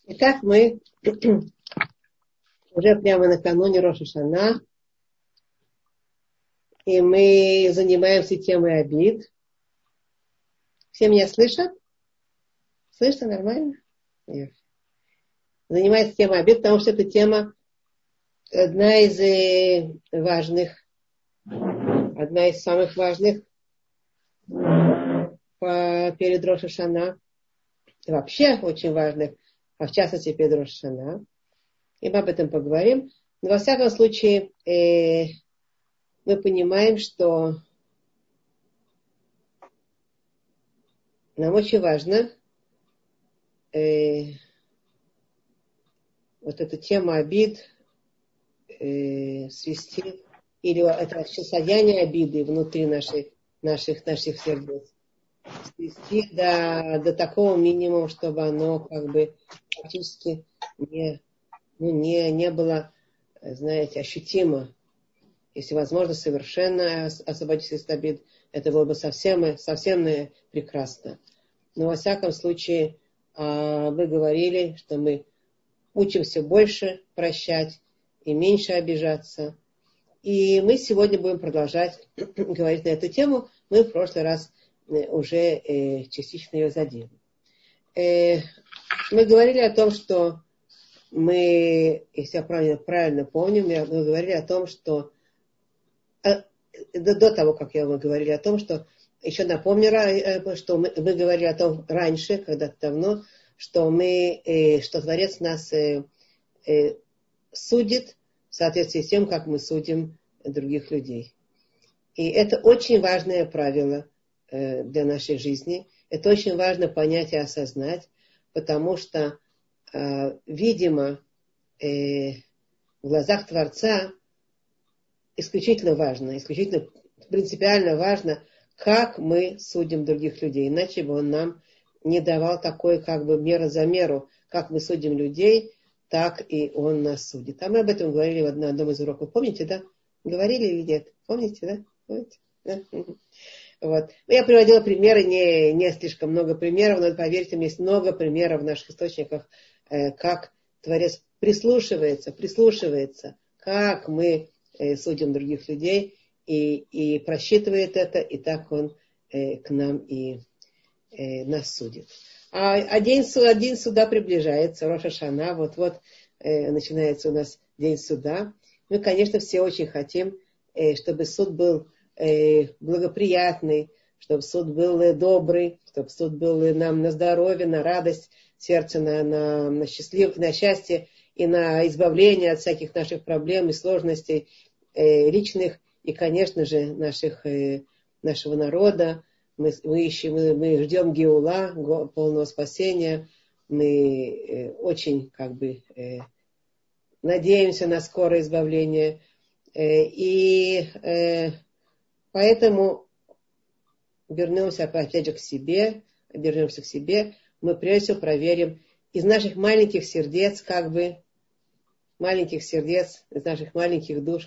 Итак, мы уже прямо накануне Рош ха-Шана, и мы занимаемся темой обид. Все меня слышат? Слышно нормально? Нет. Занимается темой обид, потому что эта тема одна из самых важных перед Рош ха-Шана. Вообще очень важных, а в частности перед Рош ха-Шана. И мы об этом поговорим. Но во всяком случае, мы понимаем, что нам очень важно вот эту тему обид свести, или это состояние обиды внутри наших сердец, свести до такого минимума, чтобы оно как бы практически не было, знаете, ощутимо. Если возможно, совершенно освободиться от обид, это было бы совсем прекрасно. Но во всяком случае, вы говорили, что мы учимся больше прощать и меньше обижаться. И мы сегодня будем продолжать говорить на эту тему. Мы в прошлый раз уже частично ее задели. Мы говорили о том, что если я правильно помню, мы говорили о том, что до того, как мы говорили о том, что еще напомню, что мы говорили о том раньше, когда-то давно, что Творец нас судит в соответствии с тем, как мы судим других людей. И это очень важное правило для нашей жизни. Это очень важно понять и осознать, потому что, видимо, в глазах Творца исключительно важно, исключительно принципиально важно, как мы судим других людей. Иначе бы он нам не давал такой как бы мера за меру, как мы судим людей, так и он нас судит. А мы об этом говорили на одном из уроков. Помните, да? Говорили или нет? Помните, да? Помните? Да? Вот. Я приводила примеры, не слишком много примеров, но поверьте мне, есть много примеров в наших источниках, как Творец прислушивается, как мы судим других людей и просчитывает это, и так он к нам и нас судит. А день суда приближается, Рош ха-Шана, вот начинается у нас день суда. Мы, конечно, все очень хотим, чтобы суд был благоприятный, чтобы суд был добрый, чтобы суд был нам на здоровье, на радость сердца, на счастье и на избавление от всяких наших проблем и сложностей личных и, конечно же, нашего народа. Мы ждем Геула, полного спасения. Мы очень надеемся на скорое избавление. И поэтому вернемся к себе. Мы прежде всего проверим из наших маленьких сердец, из наших маленьких душ,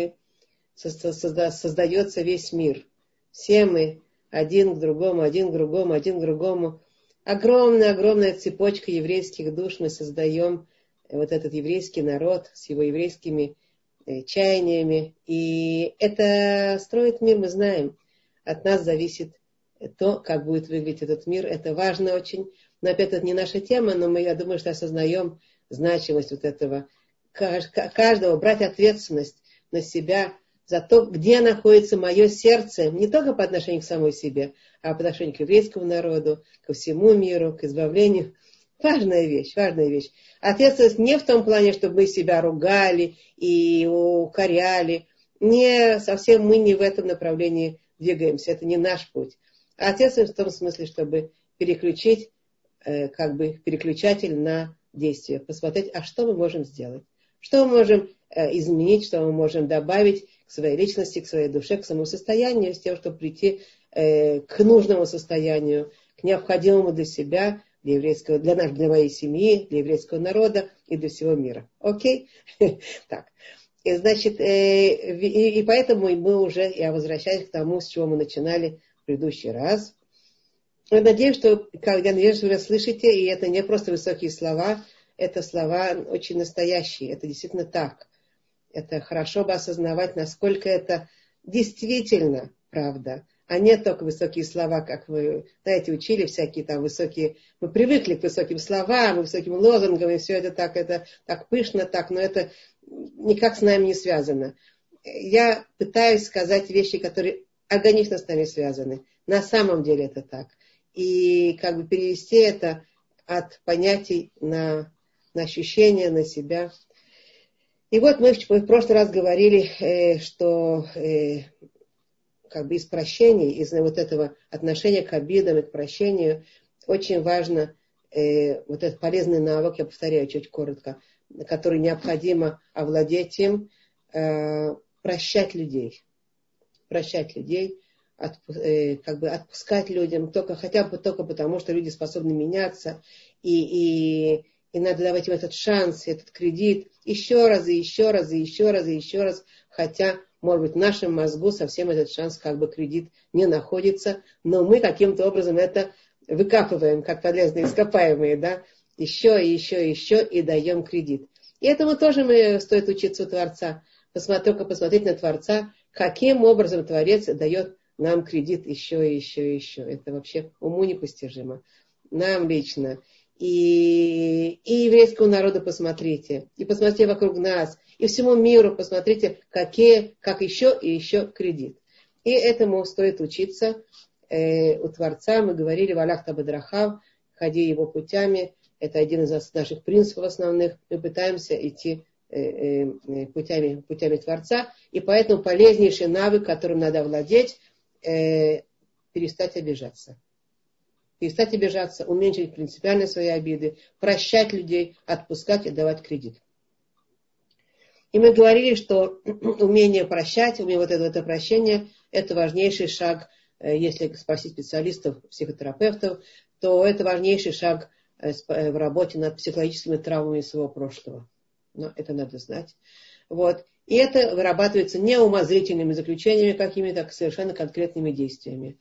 создается весь мир. Все мы один к другому. Огромная цепочка еврейских душ мы создаем, вот этот еврейский народ с его еврейскими чаяниями. И это строит мир, мы знаем. От нас зависит то, как будет выглядеть этот мир. Это важно очень. Но опять это не наша тема, но я думаю, что осознаем значимость вот этого. Каждого брать ответственность на себя за то, где находится мое сердце, не только по отношению к самой себе, а по отношению к еврейскому народу, ко всему миру, к избавлению. Важная вещь. Ответственность не в том плане, чтобы мы себя ругали и укоряли. Совсем мы не в этом направлении двигаемся. Это не наш путь. А ответственность в том смысле, чтобы переключить переключатель на действие. Посмотреть, а что мы можем сделать. Что мы можем изменить, что мы можем добавить к своей личности, к своей душе, к своему состоянию, с тем, чтобы прийти к нужному состоянию, к необходимому для себя, для моей семьи, для еврейского народа и для всего мира. Окей? Так. И, значит, и поэтому я возвращаюсь к тому, с чего мы начинали в предыдущий раз. Я надеюсь, что вы слышите, и это не просто высокие слова, это слова очень настоящие, это действительно так. Это хорошо бы осознавать, насколько это действительно правда, а не только высокие слова, как вы, знаете, учили всякие там высокие, мы привыкли к высоким словам, высоким лозунгам, и все это так пышно, так, но это никак с нами не связано. Я пытаюсь сказать вещи, которые органично с нами связаны. На самом деле это так. И как бы перевести это от понятий на ощущения, на себя. И вот мы в прошлый раз говорили, что как бы из прощения, из вот этого отношения к обидам и к прощению очень важно вот этот полезный навык, я повторяю чуть коротко, который необходимо овладеть им, прощать людей. Прощать людей, как бы отпускать людям, хотя бы только потому, что люди способны меняться, и надо давать им этот шанс, этот кредит еще раз, и еще раз, и еще раз, и еще раз, хотя, может быть, в нашем мозгу совсем этот шанс, как бы кредит не находится, но мы каким-то образом это выкапываем, как полезные ископаемые, да, еще, и еще, и еще, и даем кредит. И этому тоже стоит учиться у Творца. Только посмотреть на Творца, каким образом Творец дает нам кредит еще, и еще, и еще. Это вообще уму непостижимо. Нам лично. И еврейскому народу посмотрите. И посмотрите вокруг нас. И всему миру посмотрите, как еще и еще кредит. И этому стоит учиться у Творца. Мы говорили, валях табадрахав, ходи его путями. Это один из наших принципов основных. Мы пытаемся идти путями Творца. И поэтому полезнейший навык, которым надо владеть, перестать обижаться. Перестать обижаться, уменьшить принципиально свои обиды, прощать людей, отпускать и давать кредит. И мы говорили, что умение прощать, умение это прощение, это важнейший шаг, если спросить специалистов, психотерапевтов, то это важнейший шаг в работе над психологическими травмами своего прошлого. Но это надо знать. Вот. И это вырабатывается не умозрительными заключениями какими-то, а совершенно конкретными действиями.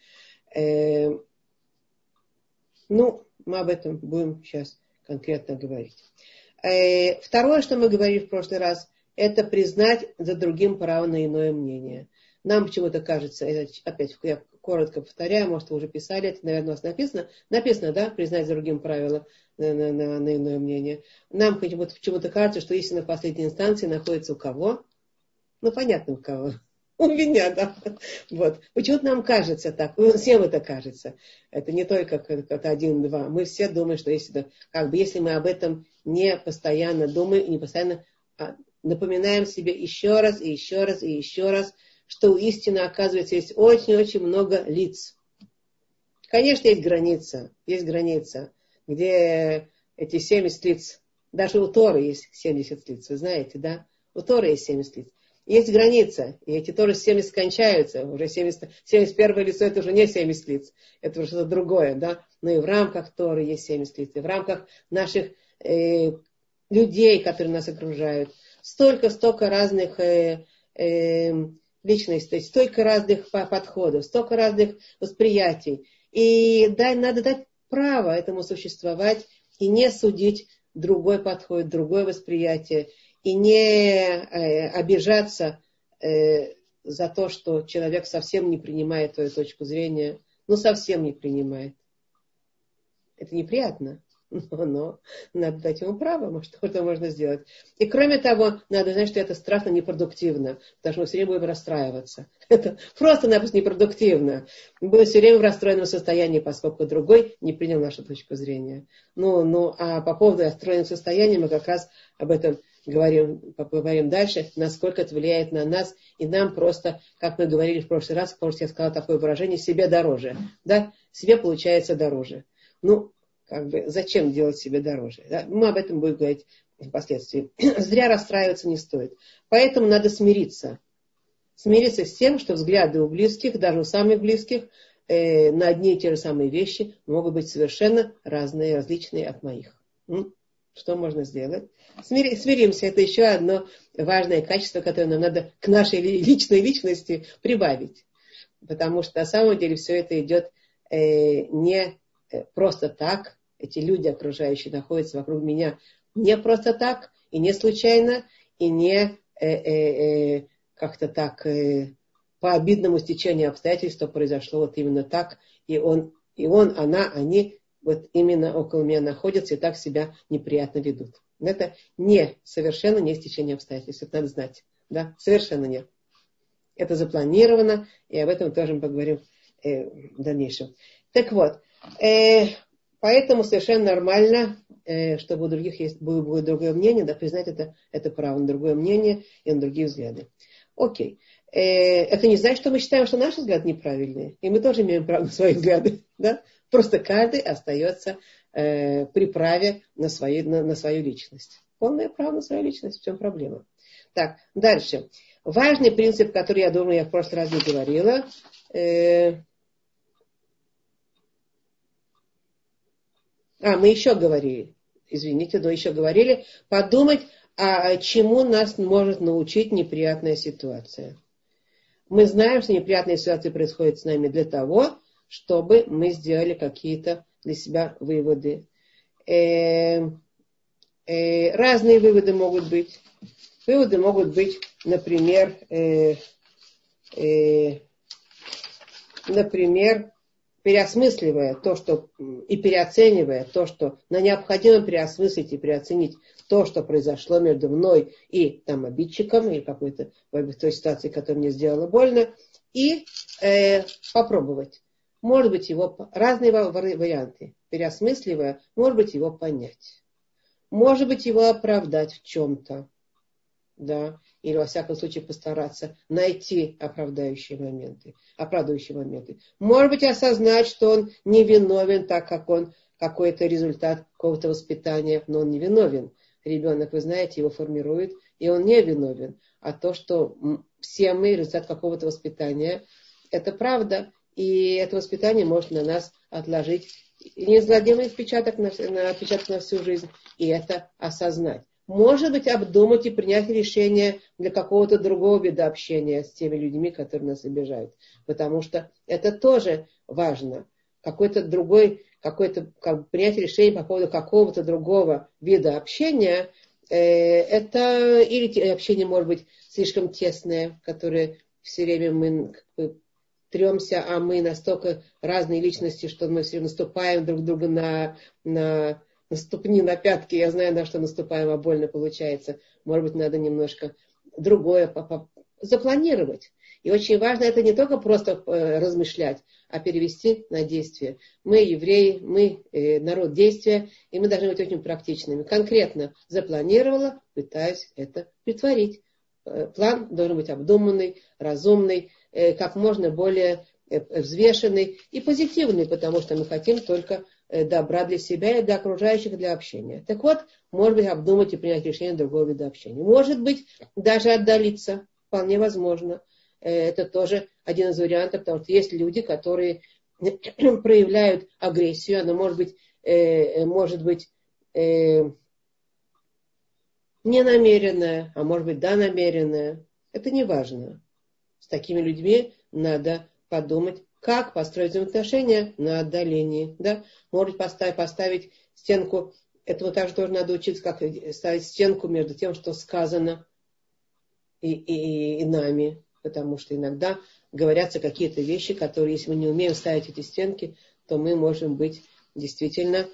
Мы об этом будем сейчас конкретно говорить. Второе, что мы говорили в прошлый раз, это признать за другим право на иное мнение. Нам почему-то кажется, опять я коротко повторяю, может, вы уже писали, это, наверное, у вас написано. Написано, да, признать за другим право на иное мнение. Нам почему-то кажется, что истина в последней инстанции находится у кого? Понятно, у кого. У меня, да. Вот. Почему-то нам кажется так. Всем это кажется. Это не только как один-два. Мы все думаем, что если мы об этом не постоянно думаем, не постоянно напоминаем себе еще раз, и еще раз, и еще раз, что у истины, оказывается, есть очень-очень много лиц. Конечно, есть граница, где эти 70 лиц, даже у Торы есть 70 лиц, вы знаете, да? У Торы есть 70 лиц. Есть граница, и эти Торы 70 кончаются, уже 71 лицо, это уже не 70 лиц, это уже что-то другое, да? Но и в рамках Торы есть 70 лиц, и в рамках наших людей, которые нас окружают. Столько разных личностей, столько разных подходов, столько разных восприятий. И надо дать право этому существовать и не судить другой подход, другое восприятие, и не обижаться за то, что человек совсем не принимает твою точку зрения. Совсем не принимает. Это неприятно. Но надо дать ему право, что можно сделать. И кроме того, надо знать, что это страшно непродуктивно, потому что мы все время будем расстраиваться. Это просто-напросто непродуктивно. Мы будем все время в расстроенном состоянии, поскольку другой не принял нашу точку зрения. А по поводу расстроенного состояния мы как раз об этом поговорим дальше, насколько это влияет на нас, и нам просто, как мы говорили в прошлый раз, потому что я сказала такое выражение, себе дороже. Да? Себе получается дороже. Зачем делать себе дороже? Да? Мы об этом будем говорить впоследствии. Зря расстраиваться не стоит. Поэтому надо смириться. Смириться с тем, что взгляды у близких, даже у самых близких, на одни и те же самые вещи могут быть совершенно разные, различные от моих. Что можно сделать? Смиримся. Это еще одно важное качество, которое нам надо к нашей личной личности прибавить. Потому что на самом деле все это идет не просто так. Эти люди, окружающие, находятся вокруг меня Не просто так, и не случайно, и не как-то так по обидному стечению обстоятельств, что произошло вот именно так, и он, она, они вот именно около меня находятся и так себя неприятно ведут. Это совершенно не стечение обстоятельств, это надо знать. Да? Совершенно нет. Это запланировано, и об этом тоже мы поговорим в дальнейшем. Так вот, поэтому совершенно нормально, чтобы у других было другое мнение, да, признать это право на другое мнение и на другие взгляды. Окей. Это не значит, что мы считаем, что наши взгляды неправильные. И мы тоже имеем право на свои взгляды. Да? Просто каждый остается при праве на свою личность. Полное право на свою личность. В чем проблема? Так, дальше. Важный принцип, который, я думаю, я в прошлый раз не говорила. Мы еще говорили. Извините, но еще говорили. Подумать, чему нас может научить неприятная ситуация. Мы знаем, что неприятные ситуации происходят с нами для того, чтобы мы сделали какие-то для себя выводы. Разные выводы могут быть. Выводы могут быть, например, переосмысливая то, что и переоценивая то, что необходимо переосмыслить и переоценить то, что произошло между мной и там обидчиком, или какой-то в той ситуации, которая мне сделала больно, и попробовать. Может быть, его разные варианты. Переосмысливая, может быть, его понять. Может быть, его оправдать в чем-то. Да, или во всяком случае постараться найти оправдающие моменты. Может быть, осознать, что он не виновен, так как он какой-то результат какого-то воспитания, но он не виновен. Ребенок, вы знаете, его формирует, и он не виновен. А то, что все мы результат какого-то воспитания, это правда. И это воспитание может на нас отложить неизгладимый отпечаток на всю жизнь. И это осознать. Может быть, обдумать и принять решение для какого-то другого вида общения с теми людьми, которые нас обижают. Потому что это тоже важно. Принять решение по поводу какого-то другого вида общения, это или общение может быть слишком тесное, которое все время мы тремся, а мы настолько разные личности, что мы все время наступаем друг друга на ступни, на пятки. Я знаю, на что наступаем, а больно получается. Может быть, надо немножко другое запланировать. И очень важно это не только просто размышлять, а перевести на действие. Мы евреи, мы народ действия, и мы должны быть очень практичными. Конкретно запланировала, пытаюсь это притворить. План должен быть обдуманный, разумный, как можно более взвешенный и позитивный, потому что мы хотим только добра для себя и для окружающих, для общения. Так вот, может быть, обдумать и принять решение другого вида общения. Может быть, даже отдалиться. Вполне возможно. Это тоже один из вариантов, потому что есть люди, которые проявляют агрессию. Она может быть ненамеренная, а может быть, да, намеренная. Это не важно. С такими людьми надо подумать, как построить взаимоотношения на отдалении. Да? Может поставить стенку. Этому также тоже надо учиться, как ставить стенку между тем, что сказано и нами. Потому что иногда говорятся какие-то вещи, которые, если мы не умеем ставить эти стенки, то мы можем быть действительно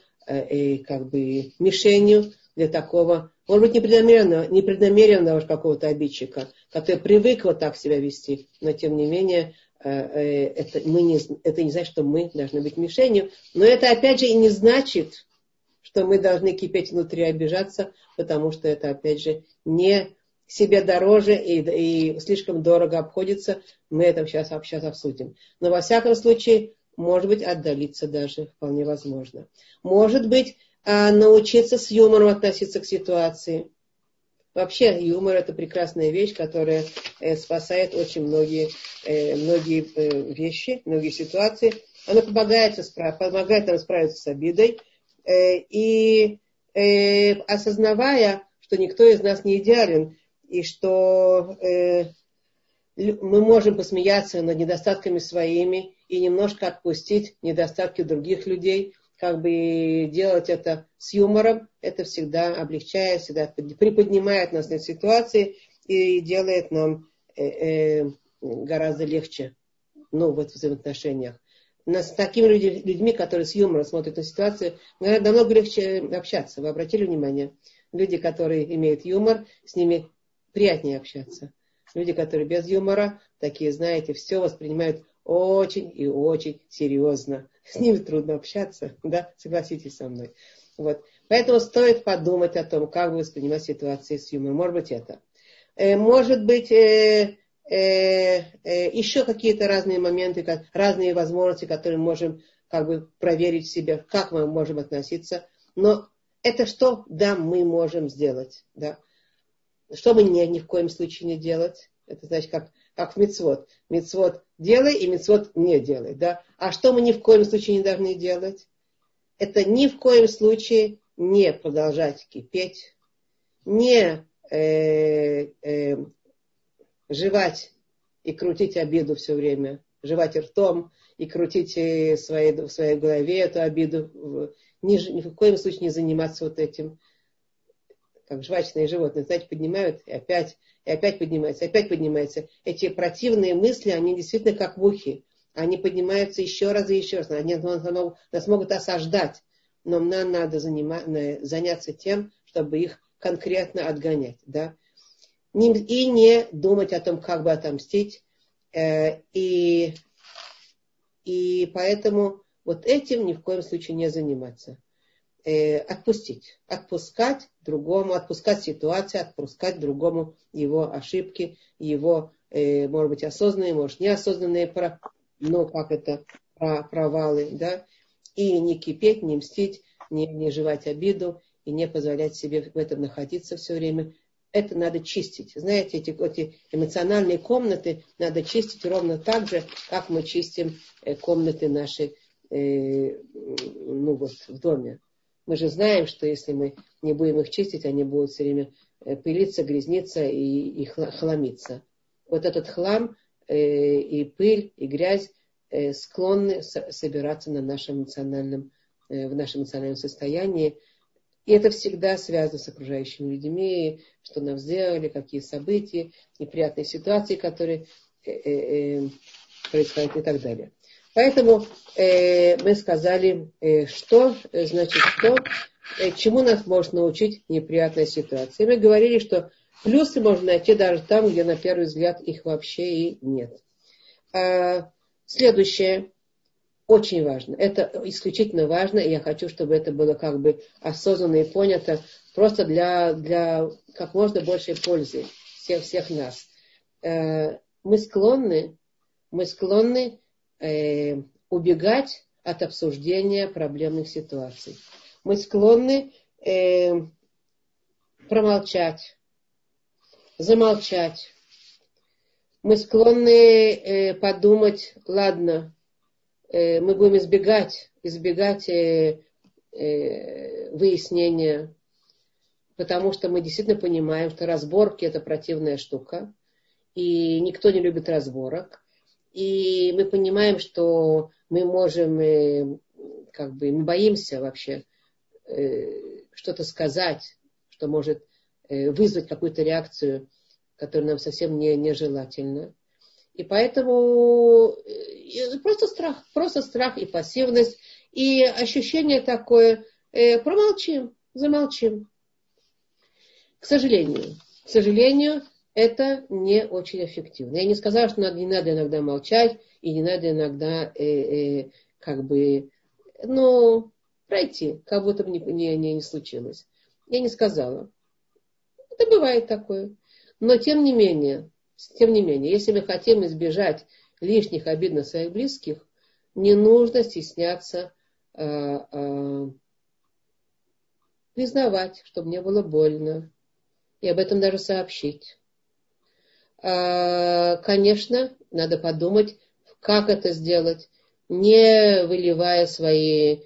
мишенью для такого, может быть, непреднамеренного какого-то обидчика, который привык вот так себя вести, но тем не менее это не значит, что мы должны быть мишенью, но это опять же и не значит, что мы должны кипеть внутри, обижаться, потому что это опять же не себе дороже и слишком дорого обходится, мы это сейчас обсудим. Но во всяком случае, может быть, отдалиться даже, вполне возможно. Может быть, научиться с юмором относиться к ситуации. Вообще, юмор – это прекрасная вещь, которая спасает очень многие вещи, многие ситуации. Она помогает нам справиться с обидой. И осознавая, что никто из нас не идеален, и что мы можем посмеяться над недостатками своими и немножко отпустить недостатки других людей, как бы делать это с юмором, это всегда облегчает, всегда приподнимает нас на ситуации и делает нам гораздо легче, ну, в взаимоотношениях. С такими людьми, которые с юмором смотрят на ситуацию, намного легче общаться. Вы обратили внимание? Люди, которые имеют юмор, с ними приятнее общаться. Люди, которые без юмора, такие, знаете, все воспринимают очень и очень серьезно. С ними трудно общаться, да, согласитесь со мной. Вот. Поэтому стоит подумать о том, как воспринимать ситуации с юмором. Может быть, это. Может быть, еще какие-то разные моменты, разные возможности, которые мы можем как бы проверить в себе, как мы можем относиться. Но это что, да, мы можем сделать. Да. Что мы ни в коем случае не делать? Это значит, как в мицвот. Мицвот делай и мицвот не делай. Да? А что мы ни в коем случае не должны делать? Это ни в коем случае не продолжать кипеть, не жевать и крутить обиду все время, жевать ртом и крутить в своей голове эту обиду. Ни в коем случае не заниматься вот этим. Как жвачные животные, знаете, поднимают и опять поднимаются, опять поднимаются. Эти противные мысли, они действительно как мухи. Они поднимаются еще раз и еще раз. Они нас могут осаждать. Но нам надо заняться тем, чтобы их конкретно отгонять. Да? И не думать о том, как бы отомстить. И поэтому вот этим ни в коем случае не заниматься. Отпускать другому, отпускать ситуацию, отпускать другому его ошибки, его, может быть, осознанные, может, неосознанные, провалы, да, и не кипеть, не мстить, не жевать обиду, и не позволять себе в этом находиться все время. Это надо чистить. Знаете, эти эмоциональные комнаты надо чистить ровно так же, как мы чистим комнаты наши в доме. Мы же знаем, что если мы не будем их чистить, они будут все время пылиться, грязниться и хламиться. Вот этот хлам и пыль, и грязь склонны собираться в нашем эмоциональном состоянии. И это всегда связано с окружающими людьми, что нам сделали, какие события, неприятные ситуации, которые происходят и так далее. Поэтому мы сказали, чему нас может научить неприятная ситуация. И мы говорили, что плюсы можно найти даже там, где на первый взгляд их вообще и нет. Следующее, очень важно, это исключительно важно, и я хочу, чтобы это было как бы осознанно и понято, просто для как можно большей пользы всех нас. Мы склонны убегать от обсуждения проблемных ситуаций. Мы склонны промолчать, замолчать. Мы склонны подумать, ладно, мы будем избегать выяснения, потому что мы действительно понимаем, что разборки это противная штука, и никто не любит разборок. И мы понимаем, что мы можем, мы боимся вообще что-то сказать, что может вызвать какую-то реакцию, которая нам совсем нежелательна. И поэтому просто страх и пассивность, и ощущение такое, промолчим, замолчим. К сожалению, это не очень эффективно. Я не сказала, что не надо иногда молчать, и не надо иногда пройти, как будто бы не случилось. Я не сказала. Это бывает такое. Но тем не менее, если мы хотим избежать лишних обид на своих близких, не нужно стесняться признавать, чтобы не было больно, и об этом даже сообщить. Конечно, надо подумать, как это сделать, не выливая свои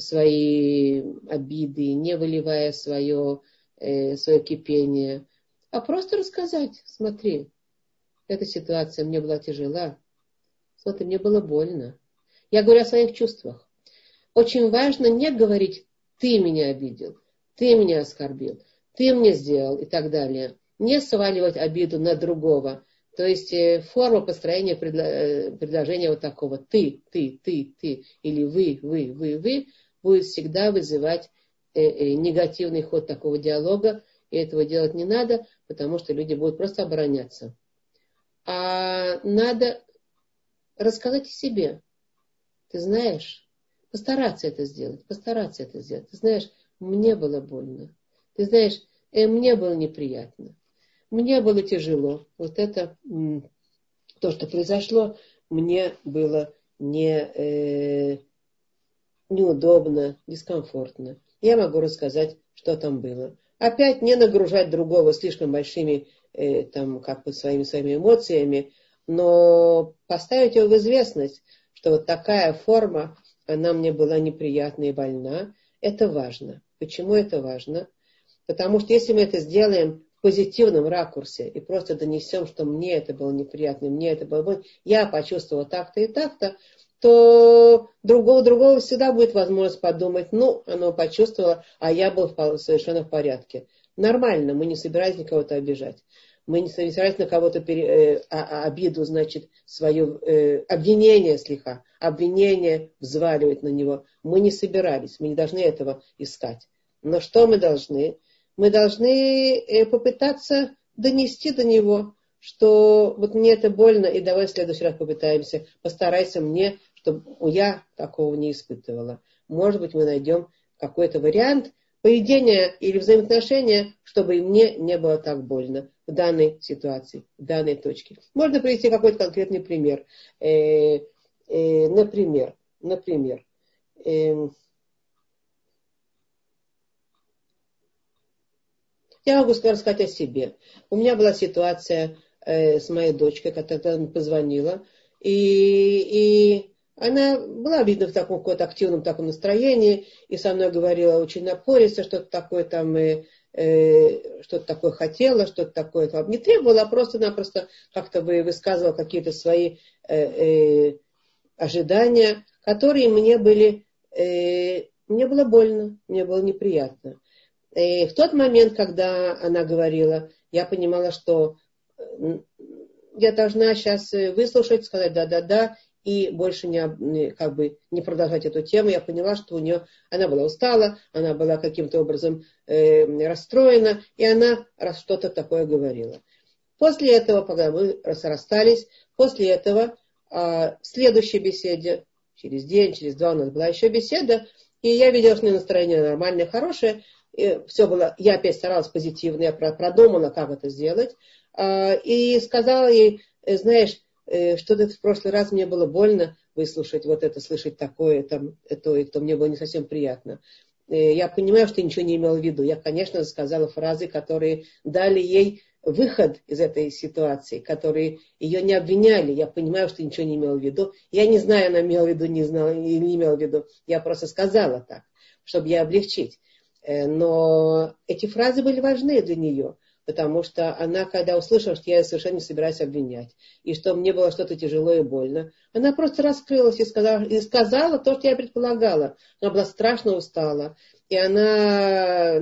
обиды, не выливая свое кипение, а просто рассказать: смотри, эта ситуация мне была тяжела, смотри, мне было больно. Я говорю о своих чувствах. очень важно не говорить «ты меня обидел», «ты меня оскорбил», «ты мне сделал» и так далее. Не сваливать обиду на другого. То есть форма построения предложения вот такого «ты», «ты» или вы» будет всегда вызывать негативный ход такого диалога. И этого делать не надо, потому что люди будут просто обороняться. А надо рассказать о себе. Ты знаешь, постараться это сделать. Ты знаешь, мне было больно. Ты знаешь, мне было неприятно. Мне было тяжело. Вот это то, что произошло, мне было неудобно, дискомфортно. Я могу рассказать, что там было. Опять не нагружать другого слишком большими своими эмоциями, но поставить его в известность, что вот такая форма, она мне была неприятна и больна. Это важно. Почему это важно? Потому что если мы это сделаем в позитивном ракурсе и просто донесем, что мне это было неприятно, мне это было больно, я почувствовала так-то и так-то, то другого всегда будет возможность подумать, оно почувствовало, а я был совершенно в порядке. Нормально, мы не собирались никого обижать. Мы не собирались на кого-то обиду, свое обвинение взваливать на него. Мы не собирались, мы не должны этого искать. Но что мы должны? Мы должны попытаться донести до него, что вот мне это больно, и давай в следующий раз попытаемся. Постарайся мне, чтобы я такого не испытывала. Может быть, мы найдем какой-то вариант поведения или взаимоотношения, чтобы и мне не было так больно в данной ситуации, в данной точке. Можно привести какой-то конкретный пример. Например, я могу рассказать о себе. У меня была ситуация с моей дочкой, которая мне позвонила, и она была, видно, в таком каком-то активном таком настроении, и со мной говорила очень напористо, что-то такое что-то такое хотела, что-то такое не требовала, а просто-напросто как-то высказывала какие-то свои ожидания, которые мне было больно, мне было неприятно. И в тот момент, когда она говорила, я понимала, что я должна сейчас выслушать, сказать да, и больше не продолжать эту тему. Я поняла, что она была устала, она была каким-то образом расстроена, и она что-то такое говорила. После этого, когда мы расстались, после этого в следующей беседе, через день, через два у нас была еще беседа, и я видела, что у нее настроение нормальное, хорошее. И все было, я опять старалась позитивно, я продумала, как это сделать. И сказала ей, знаешь, что-то в прошлый раз мне было больно выслушать вот это, слышать такое, то мне было не совсем приятно. Я понимаю, что ты ничего не имела в виду. Я, конечно, сказала фразы, которые дали ей выход из этой ситуации, которые ее не обвиняли. Я понимаю, что ничего не имела в виду. Я не знаю, она имела в виду, не знала или не имела в виду. Я просто сказала так, чтобы ей облегчить. Но эти фразы были важны для нее, потому что она, когда услышала, что я ее совершенно не собираюсь обвинять, и что мне было что-то тяжело и больно, она просто раскрылась и сказала то, что я предполагала. Она была страшно устала, и она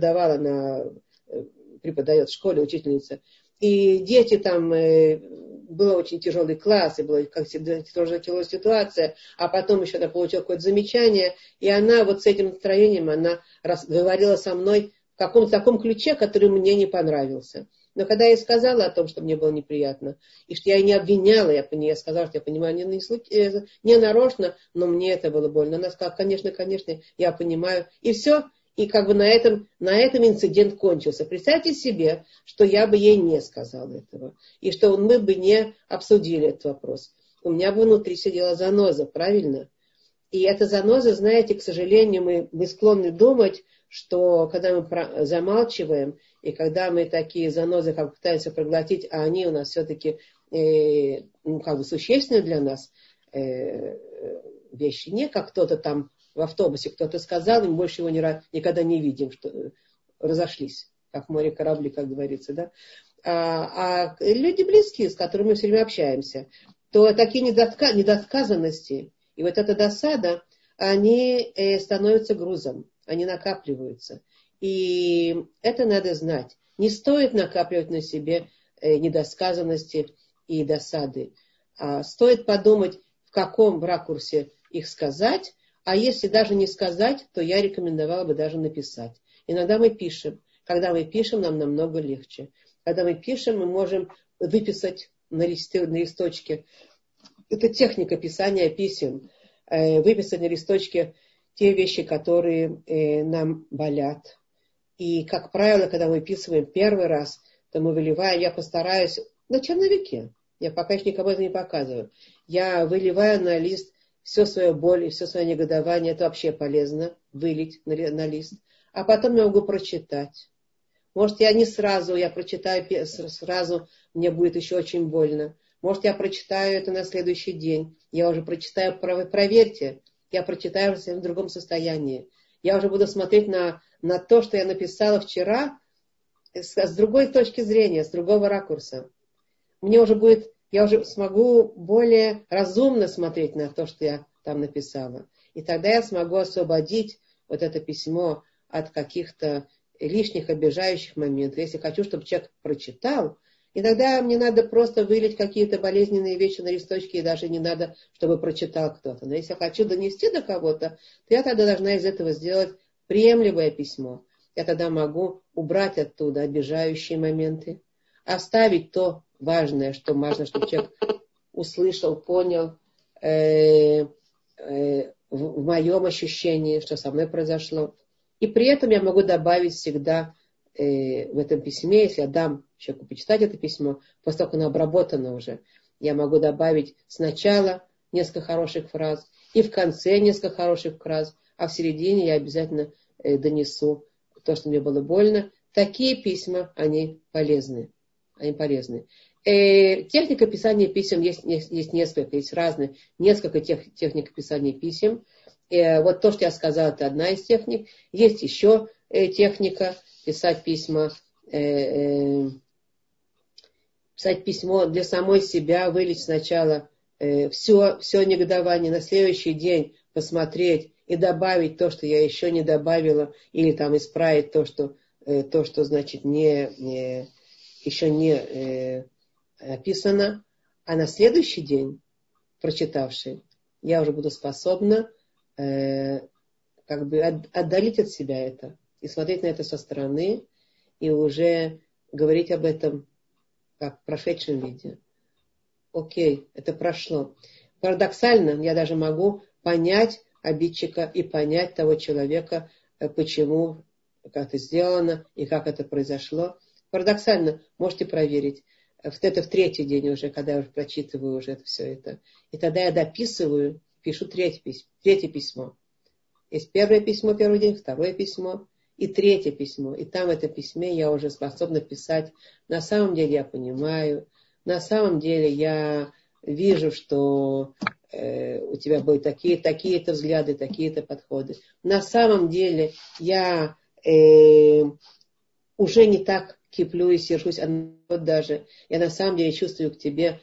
преподает в школе, учительница. И дети там, был очень тяжелый класс, и была, как всегда, тяжелая ситуация, а потом еще она получила какое-то замечание, и она вот с этим настроением, она говорила со мной в каком-то таком ключе, который мне не понравился. Но когда я сказала о том, что мне было неприятно, и что я ее не обвиняла, я сказала, что я понимаю, не нарочно, но мне это было больно. Она сказала, конечно, я понимаю. И все. И на этом инцидент кончился. Представьте себе, что я бы ей не сказала этого. И что мы бы не обсудили этот вопрос. У меня бы внутри сидела заноза, правильно? И эта заноза, знаете, к сожалению, мы склонны думать, что когда мы замалчиваем, и когда мы такие занозы пытаемся проглотить, а они у нас все-таки существенны для нас, вещи, не как кто-то там в автобусе кто-то сказал, и мы больше его никогда не видим, что разошлись, как в море корабли, как говорится, да. А люди близкие, с которыми мы все время общаемся, то такие недосказанности и вот эта досада, они становятся грузом, они накапливаются. И это надо знать. Не стоит накапливать на себе недосказанности и досады. А стоит подумать, в каком ракурсе их сказать, а если даже не сказать, то я рекомендовала бы даже написать. Иногда мы пишем. Когда мы пишем, нам намного легче. Когда мы пишем, мы можем выписать на листочке. Это техника писания писем. Выписать на листочке те вещи, которые нам болят. И, как правило, когда мы выписываем первый раз, то мы выливаем, я постараюсь на черновике. Я пока еще никому это не показываю. Я выливаю на лист все свое боль и все свое негодование. Это вообще полезно, вылить на лист. А потом я могу прочитать. Может, я не сразу, я прочитаю сразу, мне будет еще очень больно. Может, я прочитаю это на следующий день. Я уже прочитаю, проверьте, я прочитаю в другом состоянии. Я уже буду смотреть на то, что я написала вчера, с другой точки зрения, с другого ракурса. Мне уже будет, я уже смогу более разумно смотреть на то, что я там написала. И тогда я смогу освободить вот это письмо от каких-то лишних обижающих моментов. Если хочу, чтобы человек прочитал, и тогда мне надо просто вылить какие-то болезненные вещи на листочке, и даже не надо, чтобы прочитал кто-то. Но если я хочу донести до кого-то, то я тогда должна из этого сделать приемлемое письмо. Я тогда могу убрать оттуда обижающие моменты, оставить то важное, что важно, чтобы человек услышал, понял в моем ощущении, что со мной произошло. И при этом я могу добавить всегда в этом письме, если я дам человеку почитать это письмо, после того, как оно обработано уже, я могу добавить сначала несколько хороших фраз и в конце несколько хороших фраз, а в середине я обязательно донесу то, что мне было больно. Такие письма, они полезны. Техника писания писем есть несколько, есть разные, несколько техник писания писем. Вот то, что я сказала, это одна из техник. Есть еще техника писать письма, писать письмо для самой себя, вылить сначала все негодование, на следующий день посмотреть и добавить то, что я еще не добавила, или там исправить то, что значит, еще не описано. А на следующий день, прочитавший, я уже буду способна отдалить от себя это и смотреть на это со стороны и уже говорить об этом как в прошедшем виде. Окей, это прошло. Парадоксально, я даже могу понять обидчика и понять того человека, почему, как это сделано и как это произошло. Парадоксально, можете проверить. Это в третий день уже, когда я уже прочитываю уже все это. И тогда я дописываю, пишу третье письмо. Есть первое письмо, первый день, второе письмо и третье письмо. И там в этом письме я уже способна писать. На самом деле я понимаю, на самом деле я вижу, что у тебя были такие-то взгляды, такие-то подходы. На самом деле я уже не так киплю и сержусь, а вот даже я на самом деле чувствую к тебе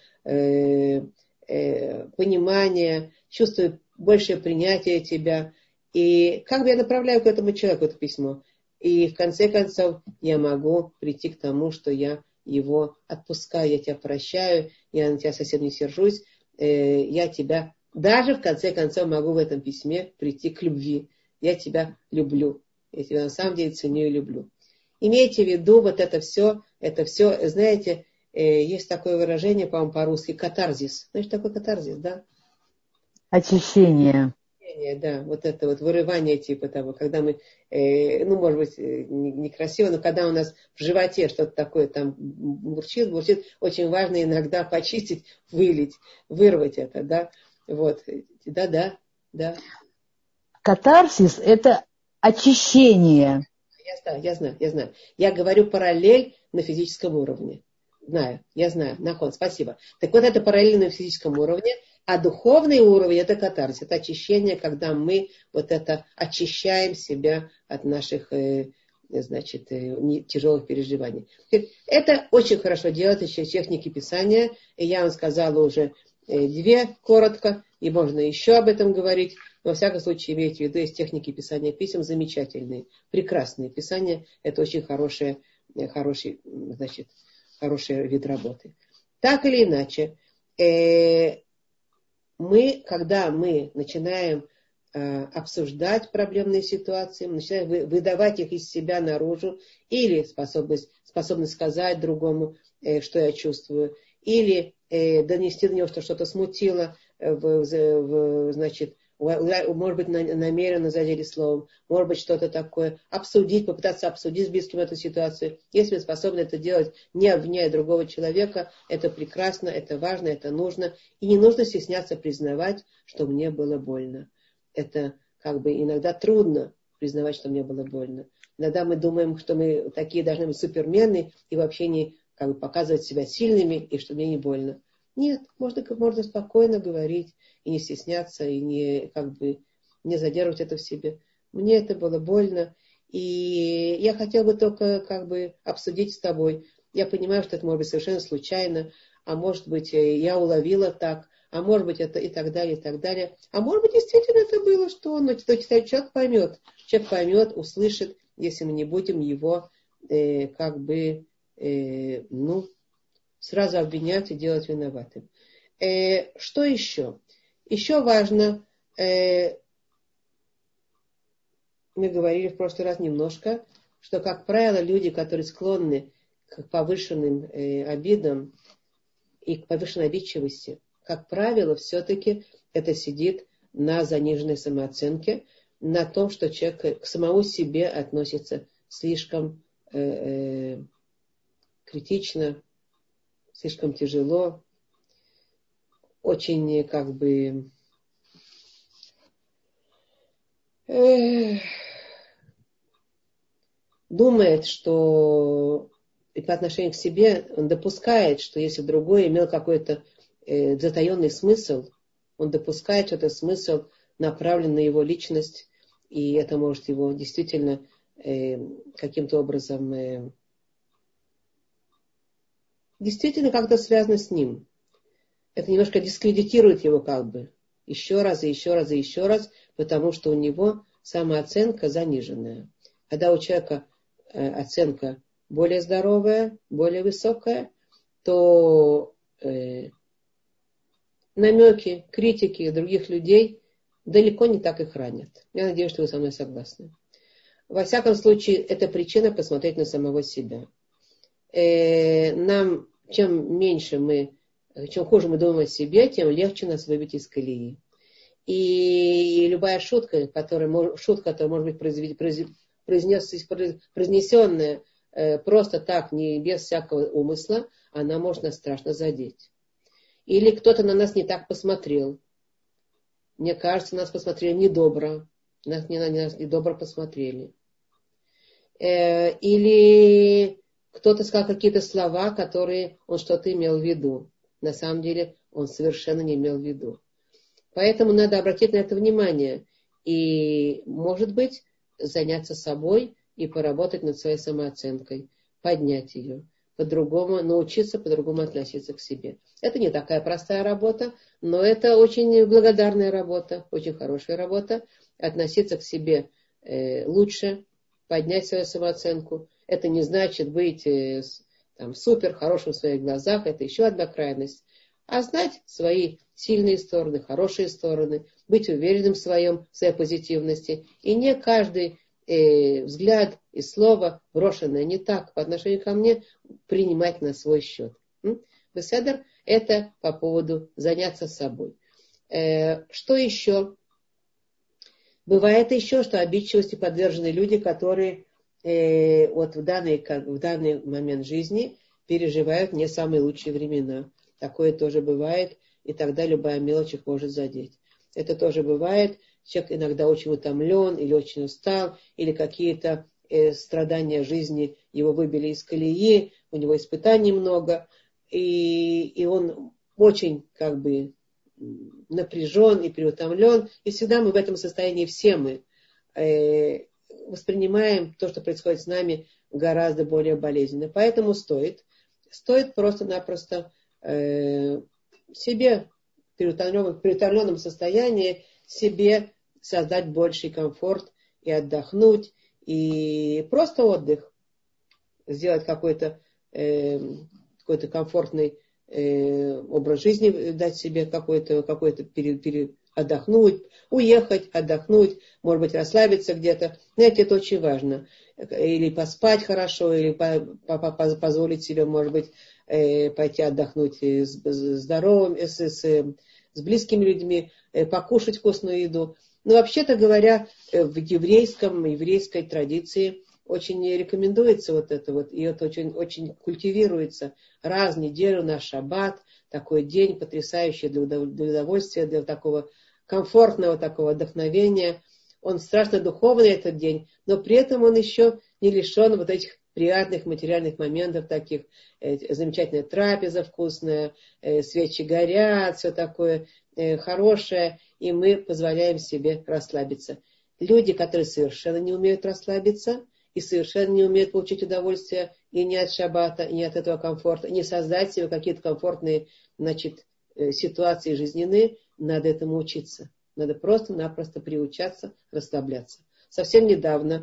понимание, чувствую большее принятие тебя. И как бы я направляю к этому человеку это письмо. И в конце концов я могу прийти к тому, что я его отпускаю, я тебя прощаю, я на тебя совсем не сержусь, я тебя даже в конце концов могу в этом письме прийти к любви. Я тебя люблю. Я тебя на самом деле ценю и люблю. Имейте в виду вот это все, знаете, есть такое выражение, по-моему, по-русски, катарзис. Знаешь, что такое катарзис, да? Очищение. Да, вот это вот вырывание типа того, когда мы, может быть, некрасиво, но когда у нас в животе что-то такое там бурчит, очень важно иногда почистить, вылить, вырвать это, да, вот, да. Катарсис – это очищение. Я знаю. Я говорю параллель на физическом уровне. Я знаю. Нахон, спасибо. Так вот, это параллель на физическом уровне, а духовный уровень – это катарсис. Это очищение, когда мы вот это очищаем себя от наших, тяжелых переживаний. Это очень хорошо делать еще техники писания. И я вам сказала уже 2 коротко, и можно еще об этом говорить. Но, во всяком случае, имейте в виду, есть техники писания писем замечательные, прекрасные. Писание – это очень хороший, значит, хороший вид работы. Так или иначе, когда мы начинаем обсуждать проблемные ситуации, мы начинаем выдавать их из себя наружу, или способность сказать другому, что я чувствую, или донести до него, что что-то смутило, значит, может быть, намеренно задели словом, может быть, что-то такое, попытаться обсудить с близким эту ситуацию. Если мы способны это делать, не обвиняя другого человека, это прекрасно, это важно, это нужно. И не нужно стесняться признавать, что мне было больно. Это иногда трудно признавать, что мне было больно. Иногда мы думаем, что мы такие должны быть супермены и вообще не показывать себя сильными, и что мне не больно. Нет, можно спокойно говорить и не стесняться, и не задерживать это в себе. Мне это было больно, и я хотела бы только обсудить с тобой. Я понимаю, что это может быть совершенно случайно, а может быть, я уловила так, а может быть, это и так далее, и так далее. А может быть, действительно это было, что человек поймет, услышит, если мы не будем его сразу обвинять и делать виноватым. Что еще? Еще важно, мы говорили в прошлый раз немножко, что, как правило, люди, которые склонны к повышенным обидам и к повышенной обидчивости, как правило, все-таки это сидит на заниженной самооценке, на том, что человек к самому себе относится слишком критично, слишком тяжело, очень думает, что и по отношению к себе он допускает, что если другой имел какой-то затаенный смысл, он допускает, что этот смысл направлен на его личность, и это может его действительно каким-то образом действительно как-то связано с ним. Это немножко дискредитирует его еще раз, и еще раз, и еще раз, потому что у него самооценка заниженная. Когда у человека оценка более здоровая, более высокая, то намеки, критики других людей далеко не так их ранят. Я надеюсь, что вы со мной согласны. Во всяком случае, это причина посмотреть на самого себя. Нам, чем хуже мы думаем о себе, тем легче нас выбить из колеи. И любая шутка, которая может быть произнесенная просто так, не без всякого умысла, она может нас страшно задеть. Или кто-то на нас не так посмотрел. Мне кажется, нас посмотрели недобро. Нас недобро посмотрели. Или кто-то сказал какие-то слова, которые он что-то имел в виду. На самом деле он совершенно не имел в виду. Поэтому надо обратить на это внимание. И, может быть, заняться собой и поработать над своей самооценкой. Поднять ее. Научиться по-другому относиться к себе. Это не такая простая работа, но это очень благодарная работа, очень хорошая работа. Относиться к себе лучше, поднять свою самооценку. Это не значит быть супер хорошим в своих глазах, это еще одна крайность. А знать свои сильные стороны, хорошие стороны, быть уверенным в своей позитивности. И не каждый взгляд и слово, брошенное не так по отношению ко мне, принимать на свой счет. Беседер – это по поводу заняться собой. Что еще? Бывает еще, что обидчивости подвержены люди, которые в данный момент жизни переживают не самые лучшие времена. Такое тоже бывает, и тогда любая мелочь их может задеть. Это тоже бывает. Человек иногда очень утомлен, или очень устал, или какие-то страдания жизни его выбили из колеи, у него испытаний много, и он очень напряжен и переутомлен. И всегда мы в этом состоянии, все мы воспринимаем то, что происходит с нами, гораздо более болезненно. Поэтому стоит просто-напросто себе в переутомленном состоянии себе создать больший комфорт и отдохнуть, и просто отдых. Сделать какой-то комфортный образ жизни, дать себе какой-то отдохнуть, уехать, отдохнуть, может быть, расслабиться где-то. Знаете, это очень важно. Или поспать хорошо, или позволить себе, может быть, пойти отдохнуть с здоровым, с близкими людьми, покушать вкусную еду. Но вообще-то говоря, в еврейской традиции очень рекомендуется вот это вот, и это очень, очень культивируется. Раз в неделю на шаббат, такой день потрясающий для удовольствия, для такого комфортного такого вдохновения. Он страшно духовный этот день, но при этом он еще не лишен вот этих приятных материальных моментов таких. Замечательная трапеза вкусная, свечи горят, все такое хорошее, и мы позволяем себе расслабиться. Люди, которые совершенно не умеют расслабиться и совершенно не умеют получить удовольствие и не от шаббата, и не от этого комфорта, не создать себе какие-то комфортные, ситуации жизненные, надо этому учиться. Надо просто-напросто приучаться расслабляться. Совсем недавно,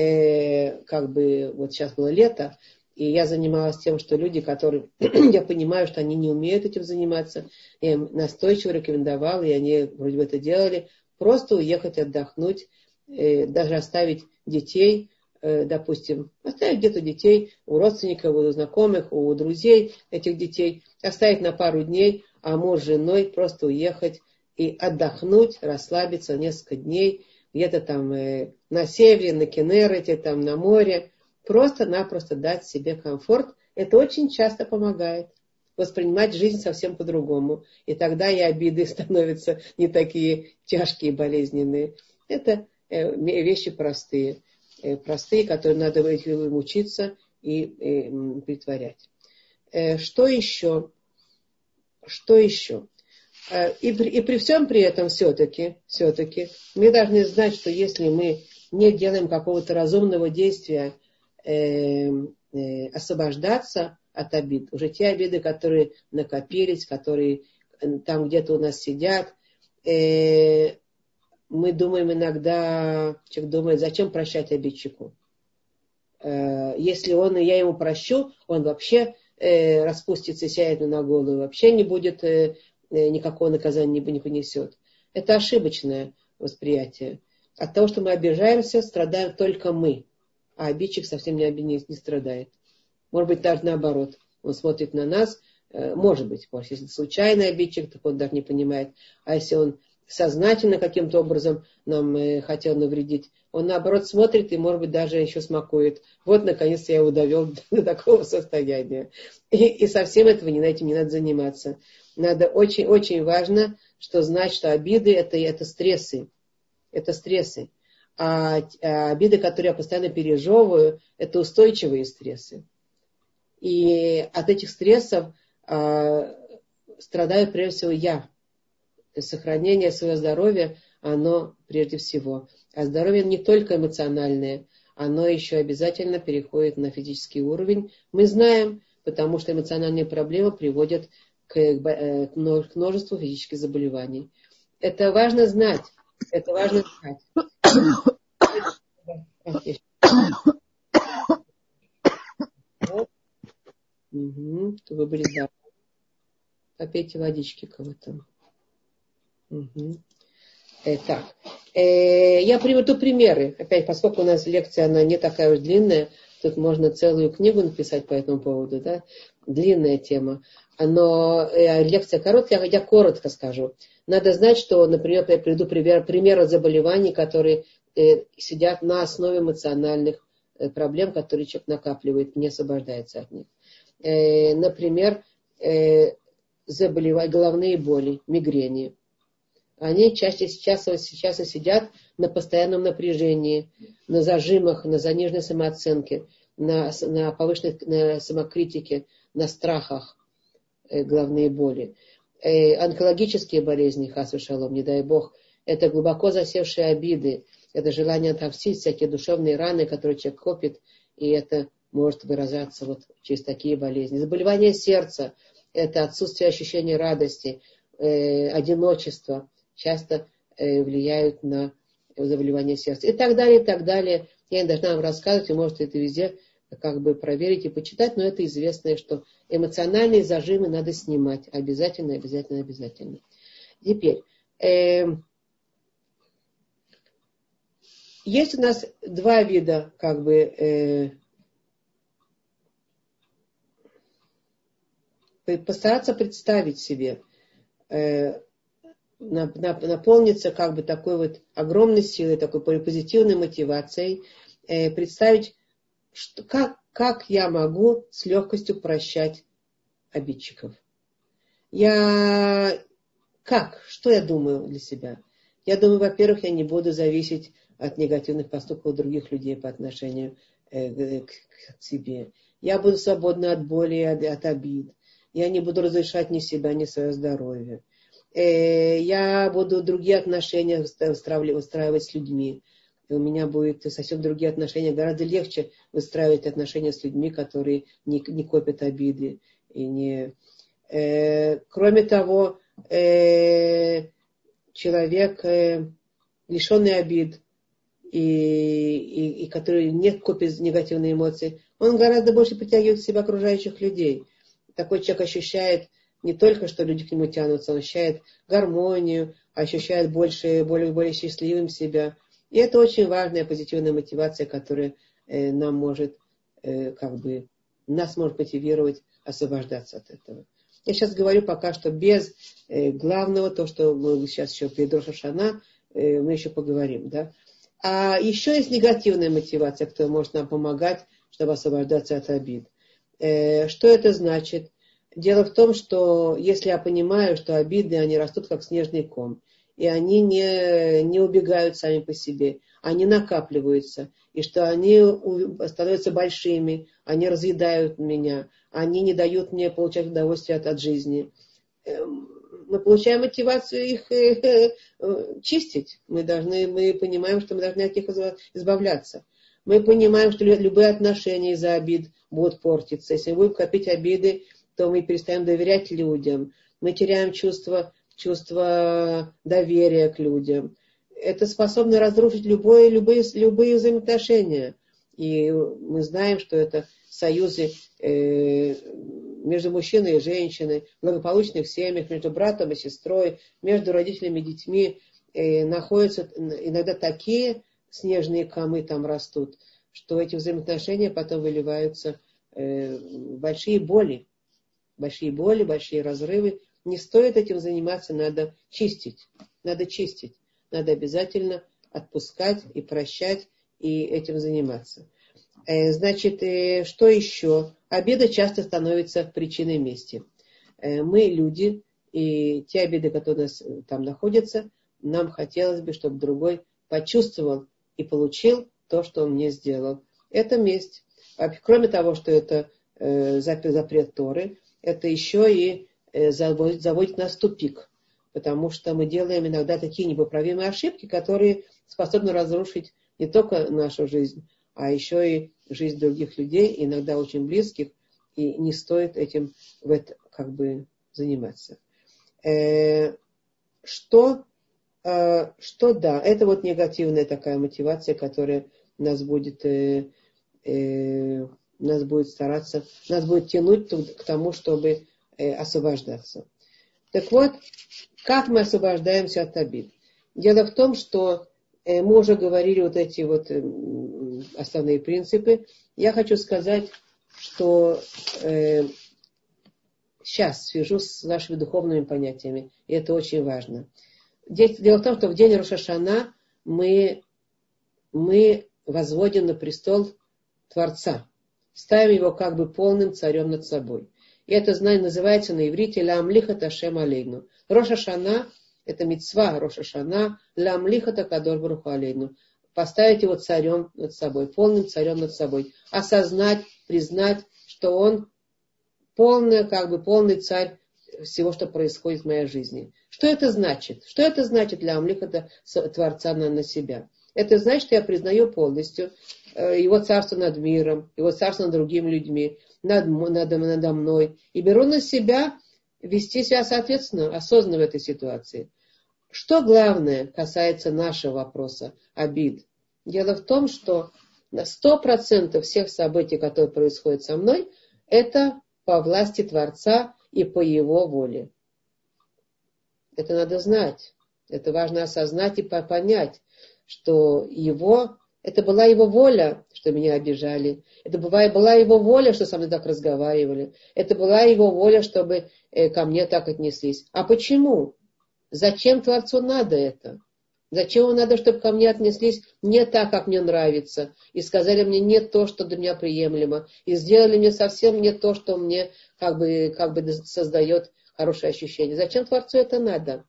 вот сейчас было лето, и я занималась тем, что люди, которые, я понимаю, что они не умеют этим заниматься, я им настойчиво рекомендовала, и они вроде бы это делали, просто уехать отдохнуть, даже оставить детей, допустим, оставить где-то детей у родственников, у знакомых, у друзей этих детей, оставить на пару дней, а муж с женой просто уехать и отдохнуть, расслабиться несколько дней, где-то там на севере, на Кенерете, там на море, просто-напросто дать себе комфорт. Это очень часто помогает воспринимать жизнь совсем по-другому. И тогда и обиды становятся не такие тяжкие, болезненные. Это вещи простые, которые надо учиться и притворять. Что еще? И при всем при этом все-таки мы должны знать, что если мы не делаем какого-то разумного действия, освобождаться от обид, уже те обиды, которые накопились, которые там где-то у нас сидят, мы думаем иногда, человек думает, зачем прощать обидчику? Если я ему прощу, он вообще распустится и сядет на голову, вообще не будет, никакого наказания не понесет. Это ошибочное восприятие. От того, что мы обижаемся, страдаем только мы, а обидчик совсем не страдает. Может быть, даже наоборот. Он смотрит на нас, может быть, если случайный обидчик, так он даже не понимает. А если он сознательно каким-то образом нам хотел навредить, он наоборот смотрит и, может быть, даже еще смакует. Вот, наконец, я его довел до такого состояния. И совсем этим не надо заниматься. Надо очень важно, знать, что обиды это стрессы. Это стрессы. А обиды, которые я постоянно пережевываю, это устойчивые стрессы. И от этих стрессов страдаю прежде всего я. Сохранение своего здоровья, оно прежде всего. А здоровье не только эмоциональное, оно еще обязательно переходит на физический уровень. Мы знаем, потому что эмоциональные проблемы приводят к множеству физических заболеваний. Это важно знать. Это важно знать. Вы были, да. Попейте водички кого-то. Так. Я приведу примеры. Опять, поскольку у нас лекция, она не такая уж длинная, тут можно целую книгу написать по этому поводу, да? Длинная тема. Но лекция короткая, я коротко скажу. Надо знать, что, например, я приведу примеры заболеваний, которые сидят на основе эмоциональных проблем, которые человек накапливает, не освобождается от них. Например, головные боли, мигрени. Они чаще сейчас и сидят на постоянном напряжении, на зажимах, на заниженной самооценке, на повышенной самокритике, на страхах, головные боли. Онкологические болезни, хас вешалом, не дай бог, это глубоко засевшие обиды, это желание отомстить, всякие душевные раны, которые человек копит, и это может выражаться вот через такие болезни. Заболевания сердца, это отсутствие ощущения радости, одиночества, часто влияют на заболевания сердца. И так далее, и так далее. Я не должна вам рассказывать, вы можете это везде как бы проверить и почитать, но это известно, что эмоциональные зажимы надо снимать. Обязательно, обязательно, обязательно. Теперь, есть у нас два вида, как бы, постараться представить себе, наполниться как бы такой вот огромной силой, такой позитивной мотивацией, представить, что, как я могу с легкостью прощать обидчиков. Что я думаю для себя? Я думаю, во-первых, я не буду зависеть от негативных поступков других людей по отношению к себе. Я буду свободна от боли и от обид. Я не буду разрушать ни себя, ни свое здоровье. Я буду другие отношения выстраивать с людьми. И у меня будут совсем другие отношения. Гораздо легче выстраивать отношения с людьми, которые не копят обиды. Кроме того, человек, лишенный обид, и который не копит негативные эмоции, он гораздо больше притягивает к себе окружающих людей. Такой человек ощущает не только, что люди к нему тянутся, он ощущает гармонию, ощущает более счастливым себя. И это очень важная позитивная мотивация, которая нас может мотивировать освобождаться от этого. Я сейчас говорю пока что без главного, то, что мы сейчас еще перед Рош ха-Шана, мы еще поговорим. Да? А еще есть негативная мотивация, которая может нам помогать, чтобы освобождаться от обид. Что это значит? Дело в том, что если я понимаю, что обиды, они растут как снежный ком, и они не убегают сами по себе, они накапливаются, и что они становятся большими, они разъедают меня, они не дают мне получать удовольствие от жизни. Мы получаем мотивацию их чистить. Мы понимаем, что мы должны от них избавляться. Мы понимаем, что любые отношения из-за обид будут портиться. Если мы будем копить обиды, то мы перестаем доверять людям. Мы теряем чувство доверия к людям. Это способно разрушить любые взаимоотношения. И мы знаем, что это союзы между мужчиной и женщиной, в благополучных семьях, между братом и сестрой, между родителями и детьми находятся иногда такие снежные камы там растут, что эти взаимоотношения потом выливаются в большие боли, большие разрывы. Не стоит этим заниматься, надо чистить. Надо обязательно отпускать и прощать, и этим заниматься. Значит, что еще? Обида часто становится причиной мести. Мы люди, и те обиды, которые у нас там находятся, нам хотелось бы, чтобы другой почувствовал и получил то, что он мне сделал. Это месть. Кроме того, что это запрет Торы, это еще и заводит нас в тупик. Потому что мы делаем иногда такие непоправимые ошибки, которые способны разрушить не только нашу жизнь, а еще и жизнь других людей, иногда очень близких, и не стоит этим заниматься. Что да, это вот негативная такая мотивация, которая нас будет стараться, нас будет тянуть к тому, чтобы освобождаться. Так вот, как мы освобождаемся от обид? Дело в том, что мы уже говорили вот эти вот основные принципы. Я хочу сказать, что сейчас свяжу с нашими духовными понятиями, и это очень важно. Дело в том, что в день Рош ха-Шана мы возводим на престол Творца, ставим его как бы полным царем над собой. И это называется на иврите «Ламлихат Ашем алейну». Рош ха-Шана – это мицва Рош ха-Шана «Ламлихат Акадош Барух Ху алейну». Поставить его царем над собой, полным царем над собой. Осознать, признать, что он полный царь всего, что происходит в моей жизни. Что это значит? Что это значит для Амлихата Творца на себя? Это значит, что я признаю полностью его царство над миром, его царство над другими людьми, надо мной. И беру на себя вести себя соответственно, осознанно в этой ситуации. что главное касается нашего вопроса обид? Дело в том, что на 100% всех событий, которые происходят со мной, это по власти Творца и по Его воле. Это надо знать. Это важно осознать и понять, что это была Его воля, что меня обижали. Это была Его воля, что со мной так разговаривали. Это была Его воля, чтобы ко мне так отнеслись. А почему? Зачем Творцу надо это? Зачем ему надо, чтобы ко мне отнеслись не так, как мне нравится, и сказали мне не то, что для меня приемлемо, и сделали мне совсем не то, что мне как бы создает хорошее ощущение. Зачем Творцу это надо?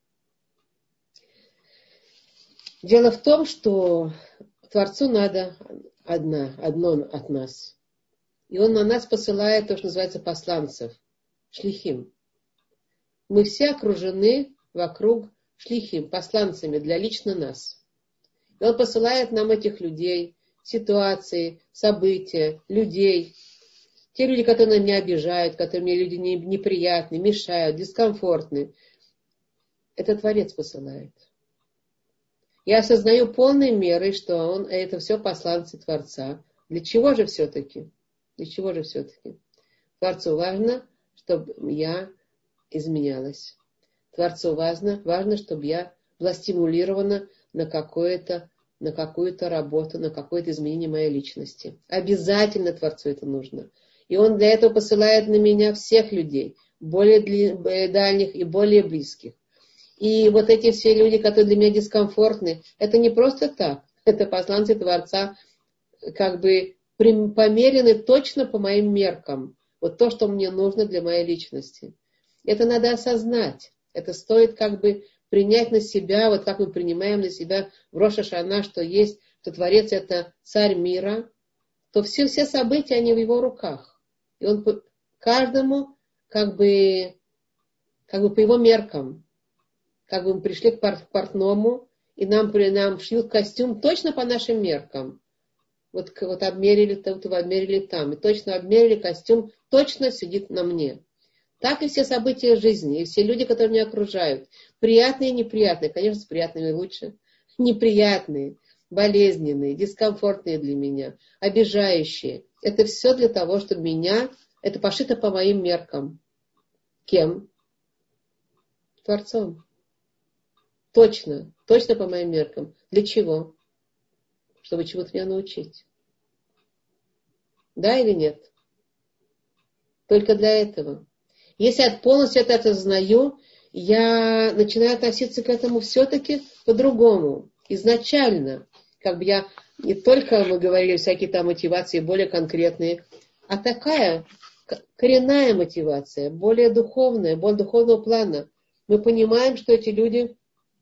Дело в том, что Творцу надо одно от нас. И Он на нас посылает то, что называется посланцев, шлихим. Мы все окружены вокруг шлихим, посланцами для лично нас. И Он посылает нам этих людей, ситуации, события, людей. Те люди, которые меня обижают, которые мне люди неприятны, мешают, дискомфортны. Это Творец посылает. Я осознаю полной мерой, что это все посланцы Творца. Для чего же все-таки? Для чего же все-таки? Творцу важно, чтобы я изменялась. Творцу важно, чтобы я была стимулирована на какую-то работу, на какое-то изменение моей личности. Обязательно Творцу это нужно. И Он для этого посылает на меня всех людей, более дальних и более близких. И вот эти все люди, которые для меня дискомфортны, это не просто так. Это посланцы Творца, как бы померены точно по моим меркам. Вот то, что мне нужно для моей личности. Это надо осознать. Это стоит как бы принять на себя, вот как мы принимаем на себя в Рош ха-Шана, что Творец это царь мира, то все события, они в его руках. И он каждому как бы по его меркам. Как бы мы пришли к портному, и нам шьют костюм точно по нашим меркам. Вот обмерили там, и точно обмерили костюм, точно сидит на мне. Так и все события жизни, и все люди, которые меня окружают. Приятные и неприятные. Конечно, с приятными лучше. Неприятные, болезненные, дискомфортные для меня, обижающие. Это все для того, чтобы это пошито по моим меркам. Кем? Творцом. Точно по моим меркам. Для чего? Чтобы чему-то меня научить. Да или нет? Только для этого. Если я полностью это осознаю, я начинаю относиться к этому все-таки по-другому. Изначально. Как бы я не только, мы говорили, всякие там мотивации более конкретные, а такая коренная мотивация, более духовная, более духовного плана. Мы понимаем, что эти люди...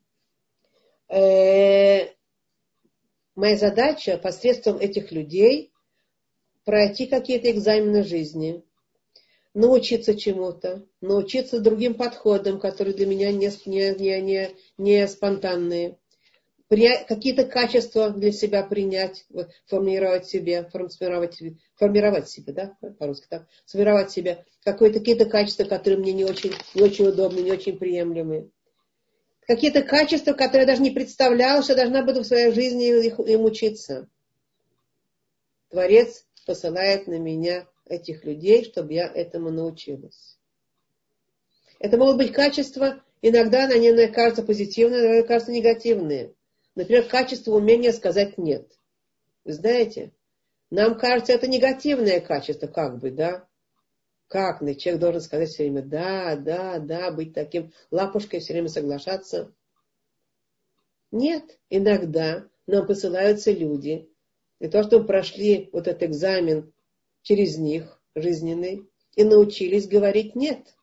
Моя задача посредством этих людей пройти какие-то экзамены жизни, научиться чему-то, научиться другим подходам, которые для меня не спонтанные, какие-то качества для себя принять, формировать себе, да, по-русски так, сформировать себе какие-то качества, которые мне не очень удобны, не очень приемлемые. Какие-то качества, которые я даже не представляла, что я должна буду в своей жизни им учиться. Творец посылает на меня этих людей, чтобы я этому научилась. Это могут быть качества, иногда они мне кажутся позитивные, иногда кажутся негативные. Например, качество умения сказать «нет». Вы знаете, нам кажется, это негативное качество, как бы, да? Как человек должен сказать все время «да», быть таким лапушкой, все время соглашаться. Нет, иногда нам посылаются люди, для того, чтобы прошли вот этот экзамен через них, жизненный, и научились говорить «нет».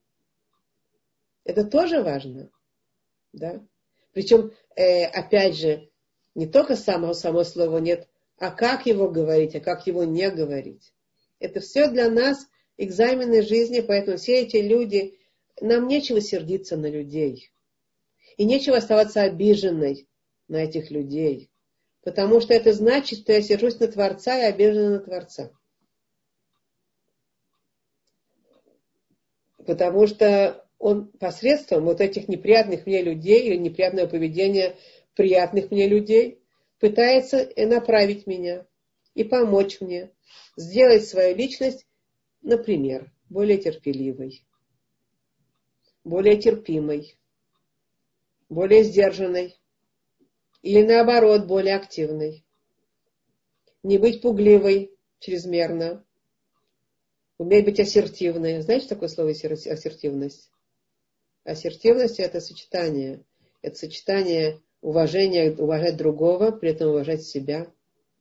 Это тоже важно. Да? Причем, опять же, не только само слово «нет», а как его говорить, а как его не говорить. Это все для нас экзамены жизни, поэтому все эти люди, нам нечего сердиться на людей. И нечего оставаться обиженной на этих людей. Потому что это значит, что я сержусь на Творца и обижена на Творца. Потому что он посредством вот этих неприятных мне людей или неприятного поведения приятных мне людей пытается направить меня и помочь мне сделать свою личность, например, более терпеливой, более терпимой, более сдержанной или наоборот более активной. Не быть пугливой чрезмерно, уметь быть ассертивной. Знаете, что такое слово ассертивность? Ассертивность — это сочетание. Это сочетание уважения, уважать другого, при этом уважать себя.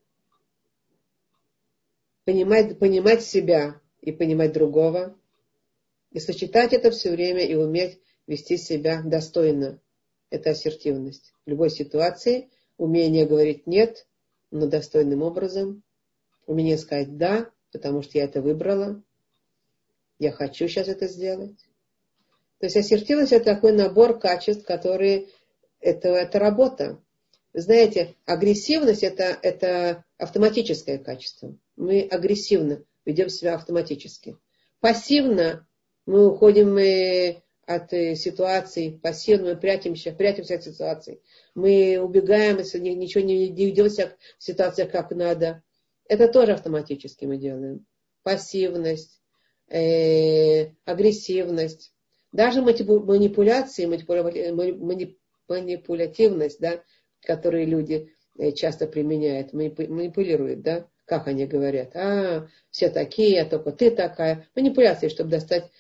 Понимать себя и понимать другого. И сочетать это все время и уметь вести себя достойно. Это ассертивность. В любой ситуации умение говорить «нет», но достойным образом. Умение сказать «да», потому что я это выбрала. Я хочу сейчас это сделать. То есть ассертивность — это такой набор качеств, которые... Это работа. Вы знаете, агрессивность — это автоматическое качество. Мы агрессивно ведем себя автоматически. Пассивно мы уходим от ситуаций, пассивно мы прячемся от ситуаций. Мы убегаем, если ничего не ведем себя в ситуациях как надо. Это тоже автоматически мы делаем. Пассивность, агрессивность. Даже манипуляции, манипулятивность, да, которые люди часто применяют, манипулируют, да, как они говорят, все такие, а только ты такая. Манипуляции, чтобы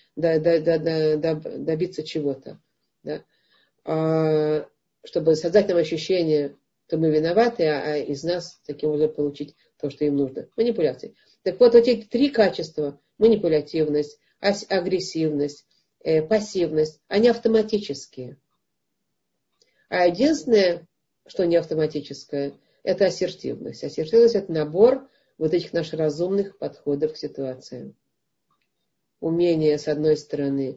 добиться чего-то, да. Чтобы создать нам ощущение, что мы виноваты, а из нас таким образом получить то, что им нужно. Манипуляции. Так вот, эти три качества, манипулятивность, агрессивность, пассивность, они автоматические. А единственное, что не автоматическое, это ассертивность. Ассертивность — это набор вот этих наших разумных подходов к ситуациям. Умение, с одной стороны,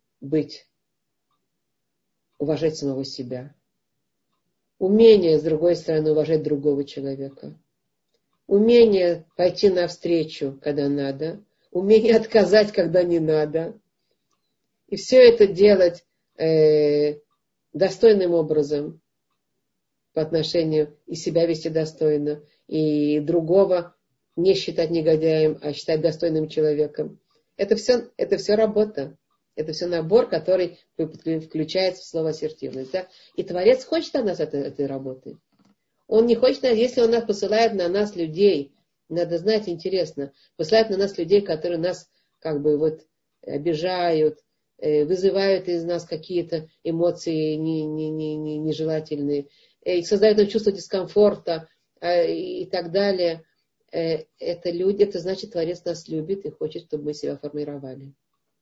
уважать самого себя. Умение, с другой стороны, уважать другого человека. Умение пойти навстречу, когда надо. Умение отказать, когда не надо. И все это делать достойным образом по отношению и себя вести достойно, и другого не считать негодяем, а считать достойным человеком. Это все работа. Это все набор, который включается в слово ассертивность. Да? И Творец хочет от нас этой работы. Он не хочет, если он посылает на нас людей, надо знать, интересно, посылает на нас людей, которые нас как бы вот обижают, вызывают из нас какие-то эмоции нежелательные, создают нам чувство дискомфорта и так далее. Это люди, это значит, Творец нас любит и хочет, чтобы мы себя формировали.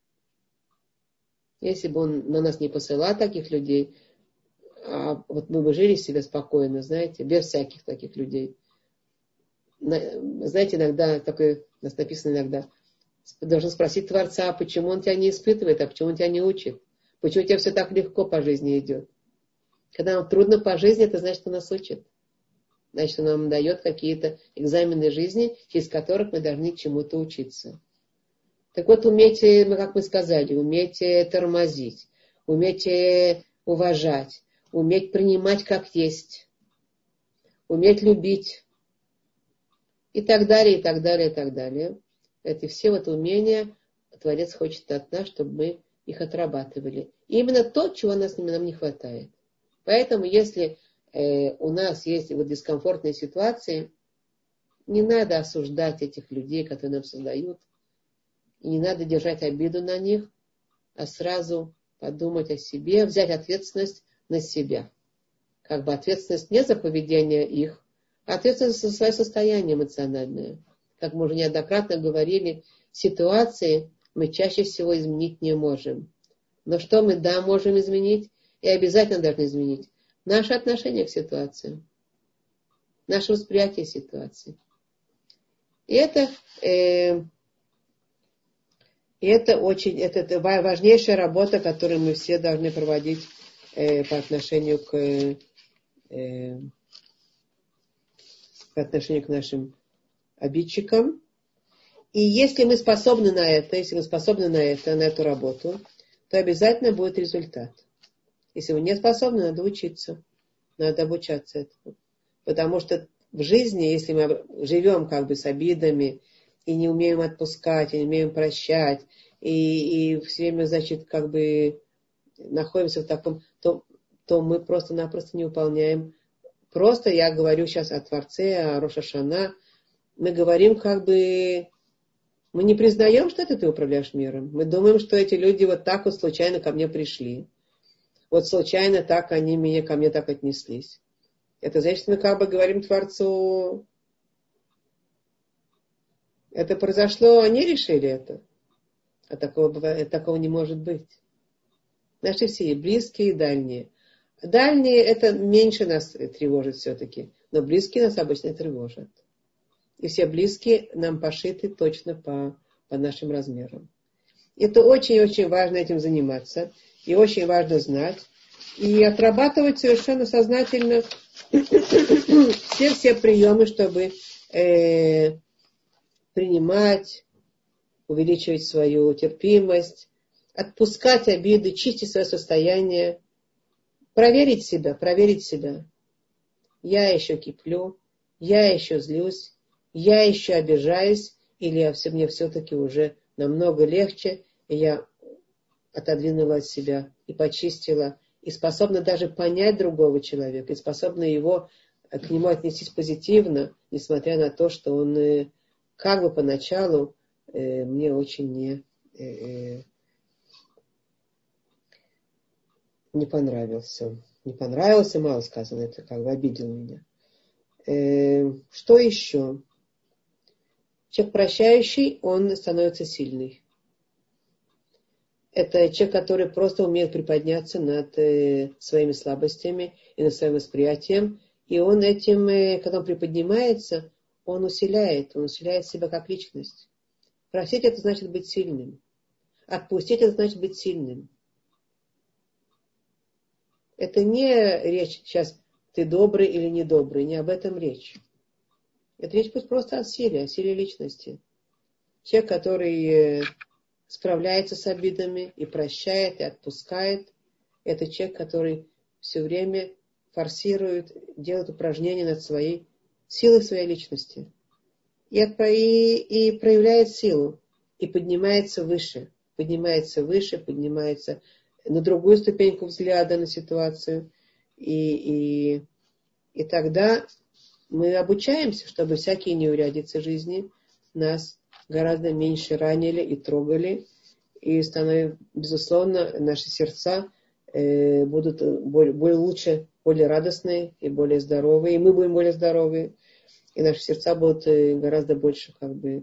Если бы он на нас не посылал таких людей, вот мы бы жили себе спокойно, знаете, без всяких таких людей. Знаете, иногда, такое, у нас написано иногда, должен спросить Творца, почему он тебя не испытывает, а почему он тебя не учит? Почему у тебя все так легко по жизни идет? Когда нам трудно по жизни, это значит, что нас учит. Значит, он нам дает какие-то экзамены жизни, через которых мы должны чему-то учиться. Так вот, умейте, как мы сказали, умейте тормозить, умейте уважать, уметь принимать как есть, уметь любить и так далее, и так далее, и так далее. Это все вот умения Творец хочет от нас, чтобы мы их отрабатывали. И именно то, чего нам не хватает. Поэтому, если у нас есть вот дискомфортные ситуации, не надо осуждать этих людей, которые нам создают, и не надо держать обиду на них, а сразу подумать о себе, взять ответственность на себя. Как бы ответственность не за поведение их, а ответственность за свое состояние эмоциональное. Как мы уже неоднократно говорили, ситуации мы чаще всего изменить не можем. Но что мы, можем изменить и обязательно должны изменить? Наше отношение к ситуации, наше восприятие ситуации. И это важнейшая работа, которую мы все должны проводить по отношению к нашим обидчикам. И если мы способны на эту работу, то обязательно будет результат. Если вы не способны, надо учиться. Надо обучаться этому. Потому что в жизни, если мы живем как бы с обидами, и не умеем отпускать, и не умеем прощать, и все время, значит, как бы находимся в таком, то мы просто-напросто не выполняем. Просто я говорю сейчас о Творце, о Рош ха-Шана. Мы говорим как бы, мы не признаем, что это ты управляешь миром. Мы думаем, что эти люди вот так вот случайно ко мне пришли. Вот случайно так они ко мне так отнеслись. Это значит, мы как бы говорим Творцу, это произошло, они решили это. А такого не может быть. Наши все, и близкие, и дальние. Дальние, это меньше нас тревожит все-таки. Но близкие нас обычно тревожат. И все близкие нам пошиты точно по нашим размерам. Это очень-очень важно этим заниматься. И очень важно знать. И отрабатывать совершенно сознательно все приемы, чтобы принимать, увеличивать свою терпимость, отпускать обиды, чистить свое состояние, проверить себя. Я еще киплю, я еще злюсь, я еще обижаюсь, или мне все-таки уже намного легче, и я отодвинула от себя и почистила, и способна даже понять другого человека, и способна к нему отнестись позитивно, несмотря на то, что он как бы поначалу мне очень не понравился. Не понравился, мало сказано, это как бы обидел меня. Что еще? Человек прощающий, он становится сильный. Это человек, который просто умеет приподняться над своими слабостями и над своим восприятием. И он этим, когда он приподнимается, он усиляет себя как личность. Просить — это значит быть сильным. Отпустить — это значит быть сильным. Это не речь сейчас, ты добрый или недобрый, не об этом речь. Это речь просто о силе личности. Человек, который справляется с обидами и прощает, и отпускает, это человек, который все время форсирует, делает упражнения над своей силой своей личности. И проявляет силу, и поднимается выше, поднимается на другую ступеньку взгляда на ситуацию. И тогда мы обучаемся, чтобы всякие неурядицы жизни нас гораздо меньше ранили и трогали. И безусловно, наши сердца будут более лучше, более радостные и более здоровые. И мы будем более здоровые. И наши сердца будут гораздо больше как бы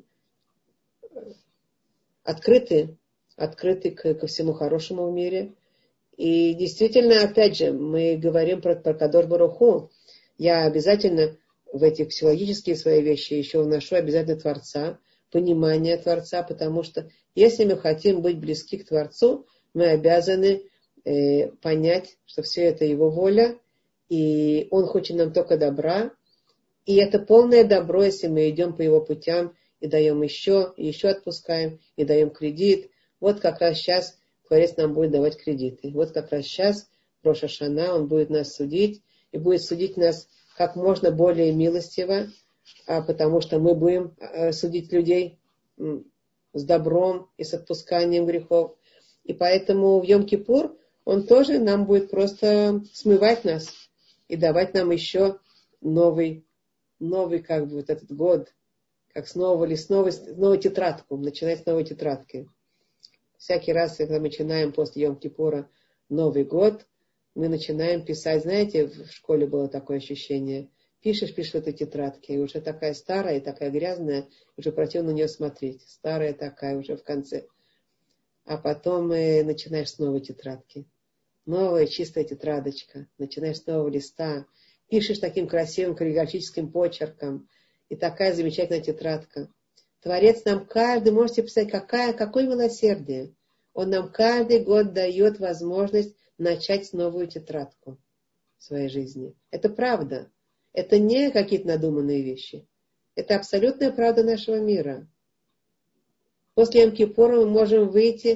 открыты ко всему хорошему в мире. И действительно, опять же, мы говорим про Кадош Барух Ху. Я обязательно в эти психологические свои вещи еще вношу обязательно Творца, понимание Творца, потому что если мы хотим быть близки к Творцу, мы обязаны понять, что все это Его воля, и Он хочет нам только добра. И это полное добро, если мы идем по Его путям и даем еще, и еще отпускаем, и даем кредит. Вот как раз сейчас Творец нам будет давать кредиты. Вот как раз сейчас, Рош ха-Шана, Он будет нас судить, и будет судить нас как можно более милостиво, потому что мы будем судить людей с добром и с отпусканием грехов. И поэтому в Йом-Кипур Он тоже нам будет просто смывать нас и давать нам еще новый как бы вот этот год, как с новой тетрадку, начинать с новой тетрадки. Всякий раз, когда мы начинаем после Йом-Кипура Новый год, мы начинаем писать, знаете, в школе было такое ощущение, пишешь в этой тетрадке, и уже такая старая, и такая грязная, уже противно на нее смотреть, старая такая уже в конце. А потом начинаешь с новой тетрадки. Новая чистая тетрадочка, начинаешь с нового листа, пишешь таким красивым каллиграфическим почерком, и такая замечательная тетрадка. Творец нам можете представить, какое милосердие. Он нам каждый год дает возможность начать новую тетрадку в своей жизни. Это правда. Это не какие-то надуманные вещи. Это абсолютная правда нашего мира. После Йом-Кипура мы можем выйти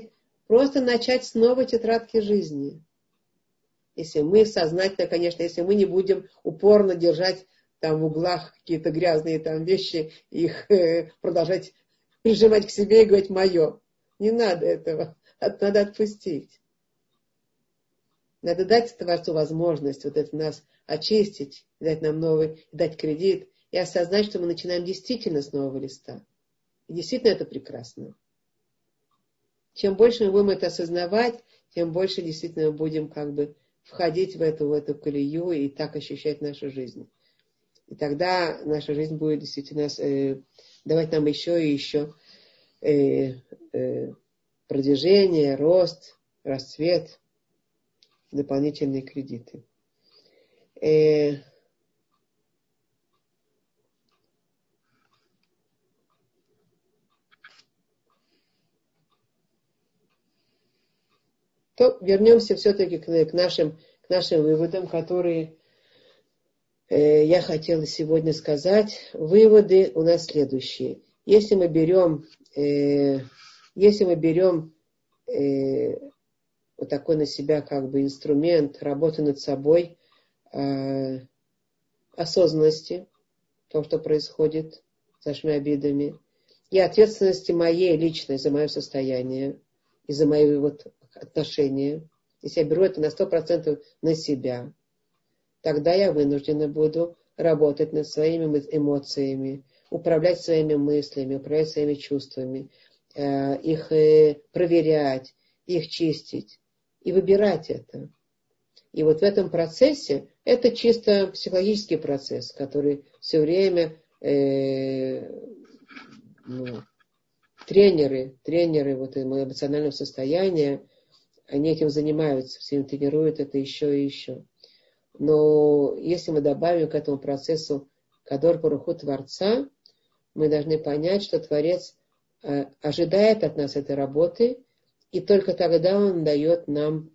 Просто начать с новой тетрадки жизни. Если мы сознательно, конечно, если мы не будем упорно держать там в углах какие-то грязные там вещи, их продолжать прижимать к себе и говорить «моё». Не надо этого. Надо отпустить. Надо дать Творцу возможность вот это нас очистить, дать нам новый, дать кредит и осознать, что мы начинаем действительно с нового листа. И действительно это прекрасно. Чем больше мы будем это осознавать, тем больше действительно мы будем как бы входить в эту колею и так ощущать нашу жизнь. И тогда наша жизнь будет действительно давать нам еще и еще продвижение, рост, расцвет, дополнительные кредиты. То вернемся все-таки к нашим выводам, которые я хотела сегодня сказать. Выводы у нас следующие. Если мы берем вот такой на себя как бы инструмент работы над собой, осознанности, того, что происходит с нашими обидами, и ответственности моей личной за мое состояние и за мои вот отношения. Если я беру это на 100% на себя, тогда я вынуждена буду работать над своими эмоциями, управлять своими мыслями, управлять своими чувствами, их проверять, их чистить и выбирать это. И вот в этом процессе, это чисто психологический процесс, который все время тренеры вот эмоционального состояния, они этим занимаются, все время тренируют это еще и еще. Но если мы добавим к этому процессу Кадор Барух Ху Творца, мы должны понять, что Творец ожидает от нас этой работы, и только тогда Он дает нам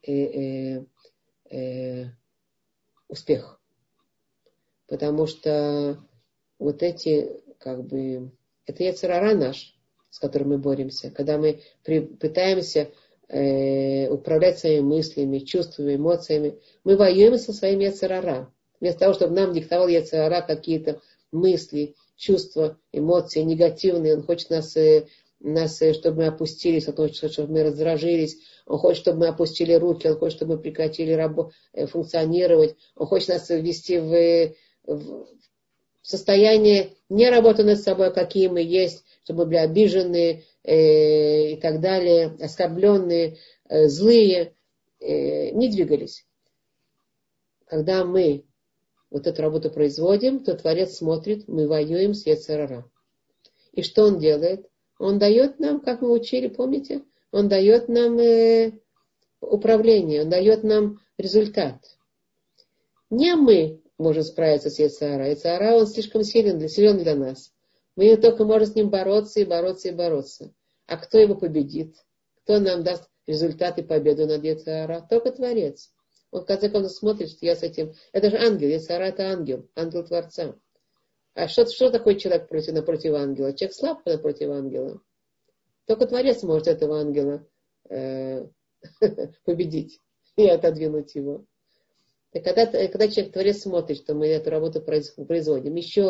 успех. Потому что вот эти, как бы, это йецер ара наш, с которым мы боремся. Когда мы пытаемся управлять своими мыслями, чувствами, эмоциями, мы воюем со своим йецер ара. Вместо того, чтобы нам диктовал йецер ара какие-то мысли, чувства, эмоции негативные, он хочет нас, чтобы мы опустились, он хочет, чтобы мы раздражились, он хочет, чтобы мы опустили руки, он хочет, чтобы мы прекратили функционировать, он хочет нас ввести в состояние не работы над собой, какие мы есть, чтобы мы были обиженные и так далее, оскорбленные, злые, не двигались. Когда мы вот эту работу производим, то Творец смотрит, мы воюем с йецер ара. И что он делает? Он дает нам, как мы учили, помните? Он дает нам управление, он дает нам результат. Не мы можем справиться с йецер ара. Йецер ара, он слишком силен для нас. Мы только можем с ним бороться и бороться и бороться. А кто его победит? Кто нам даст результат и победу над йецер ара? Только Творец. Он в конце концов смотрит, что я с этим... Это же ангел, йецер ара это ангел Творца. А что такое человек напротив ангела? Человек слаб напротив ангела. Только Творец может этого ангела победить и отодвинуть его. И когда Творец смотрит, что мы эту работу производим,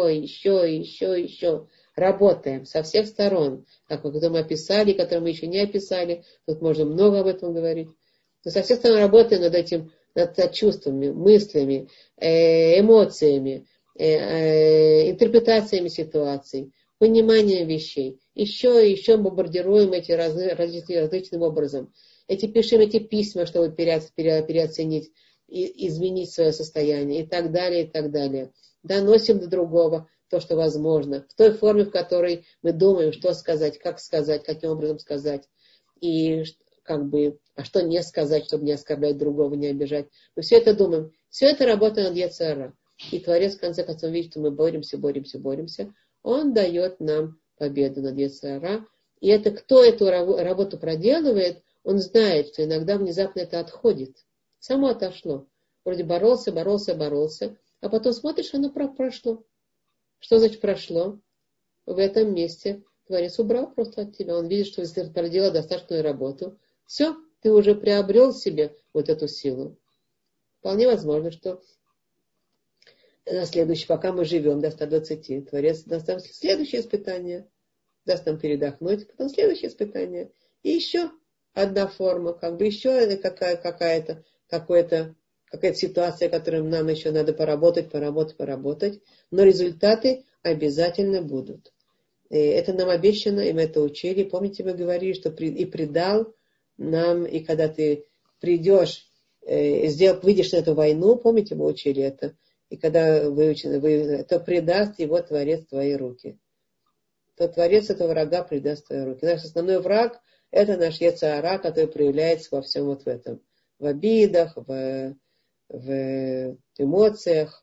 еще, работаем со всех сторон, как мы описали, которые мы еще не описали, тут можно много об этом говорить, но со всех сторон работаем над чувствами, мыслями, эмоциями, интерпретациями ситуаций, пониманием вещей. Еще бомбардируем эти различным образом. Пишем эти письма, чтобы переоценить и изменить свое состояние и так далее, и так далее. Доносим до другого то, что возможно, в той форме, в которой мы думаем, что сказать, каким образом сказать, и а что не сказать, чтобы не оскорблять другого, не обижать. Мы все это думаем. Все это работа над йецер ара. И Творец, в конце концов, видит, что мы боремся. Он дает нам победу над йецер ара. И кто эту работу проделывает, он знает, что иногда внезапно это отходит. Само отошло. Вроде боролся, а потом смотришь, оно прошло. Что значит прошло? В этом месте Творец убрал просто от тебя. Он видит, что если ты проделал достаточную работу, Все, ты уже приобрел себе вот эту силу. Вполне возможно, что на следующий, пока мы живем до 120, Творец даст нам следующее испытание, даст нам передохнуть, потом следующее испытание. И еще одна форма, как бы еще какая-то ситуация, которую нам еще надо поработать. Но результаты обязательно будут. И это нам обещано, и мы это учили. Помните, мы говорили, что и предал нам, и когда ты придешь, выйдешь на эту войну, помните, мы учили это, и когда то предаст его Творец в твои руки. То Творец этого врага предаст в твои руки. Наш основной враг — это наш йецер гара, который проявляется во всем вот в этом. В обидах, в эмоциях,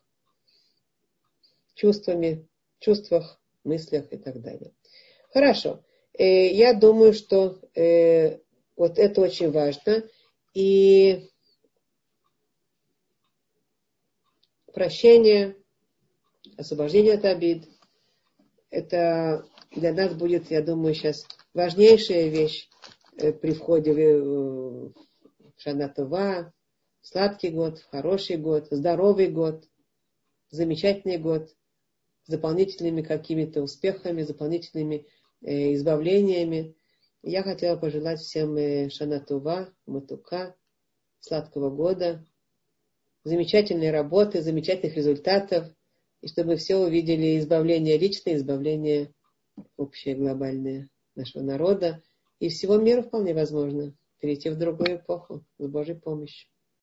чувствах, мыслях и так далее. Хорошо. Я думаю, что вот это очень важно. И прощение, освобождение от обид, это для нас будет, я думаю, сейчас важнейшая вещь при входе в Шана Това, сладкий год, хороший год, здоровый год, замечательный год, с дополнительными какими-то успехами, дополнительными избавлениями. Я хотела пожелать всем Шана Това, Матука, сладкого года, замечательной работы, замечательных результатов, и чтобы все увидели избавление личное, избавление общее, глобальное нашего народа, и всего мира вполне возможно перейти в другую эпоху с Божьей помощью.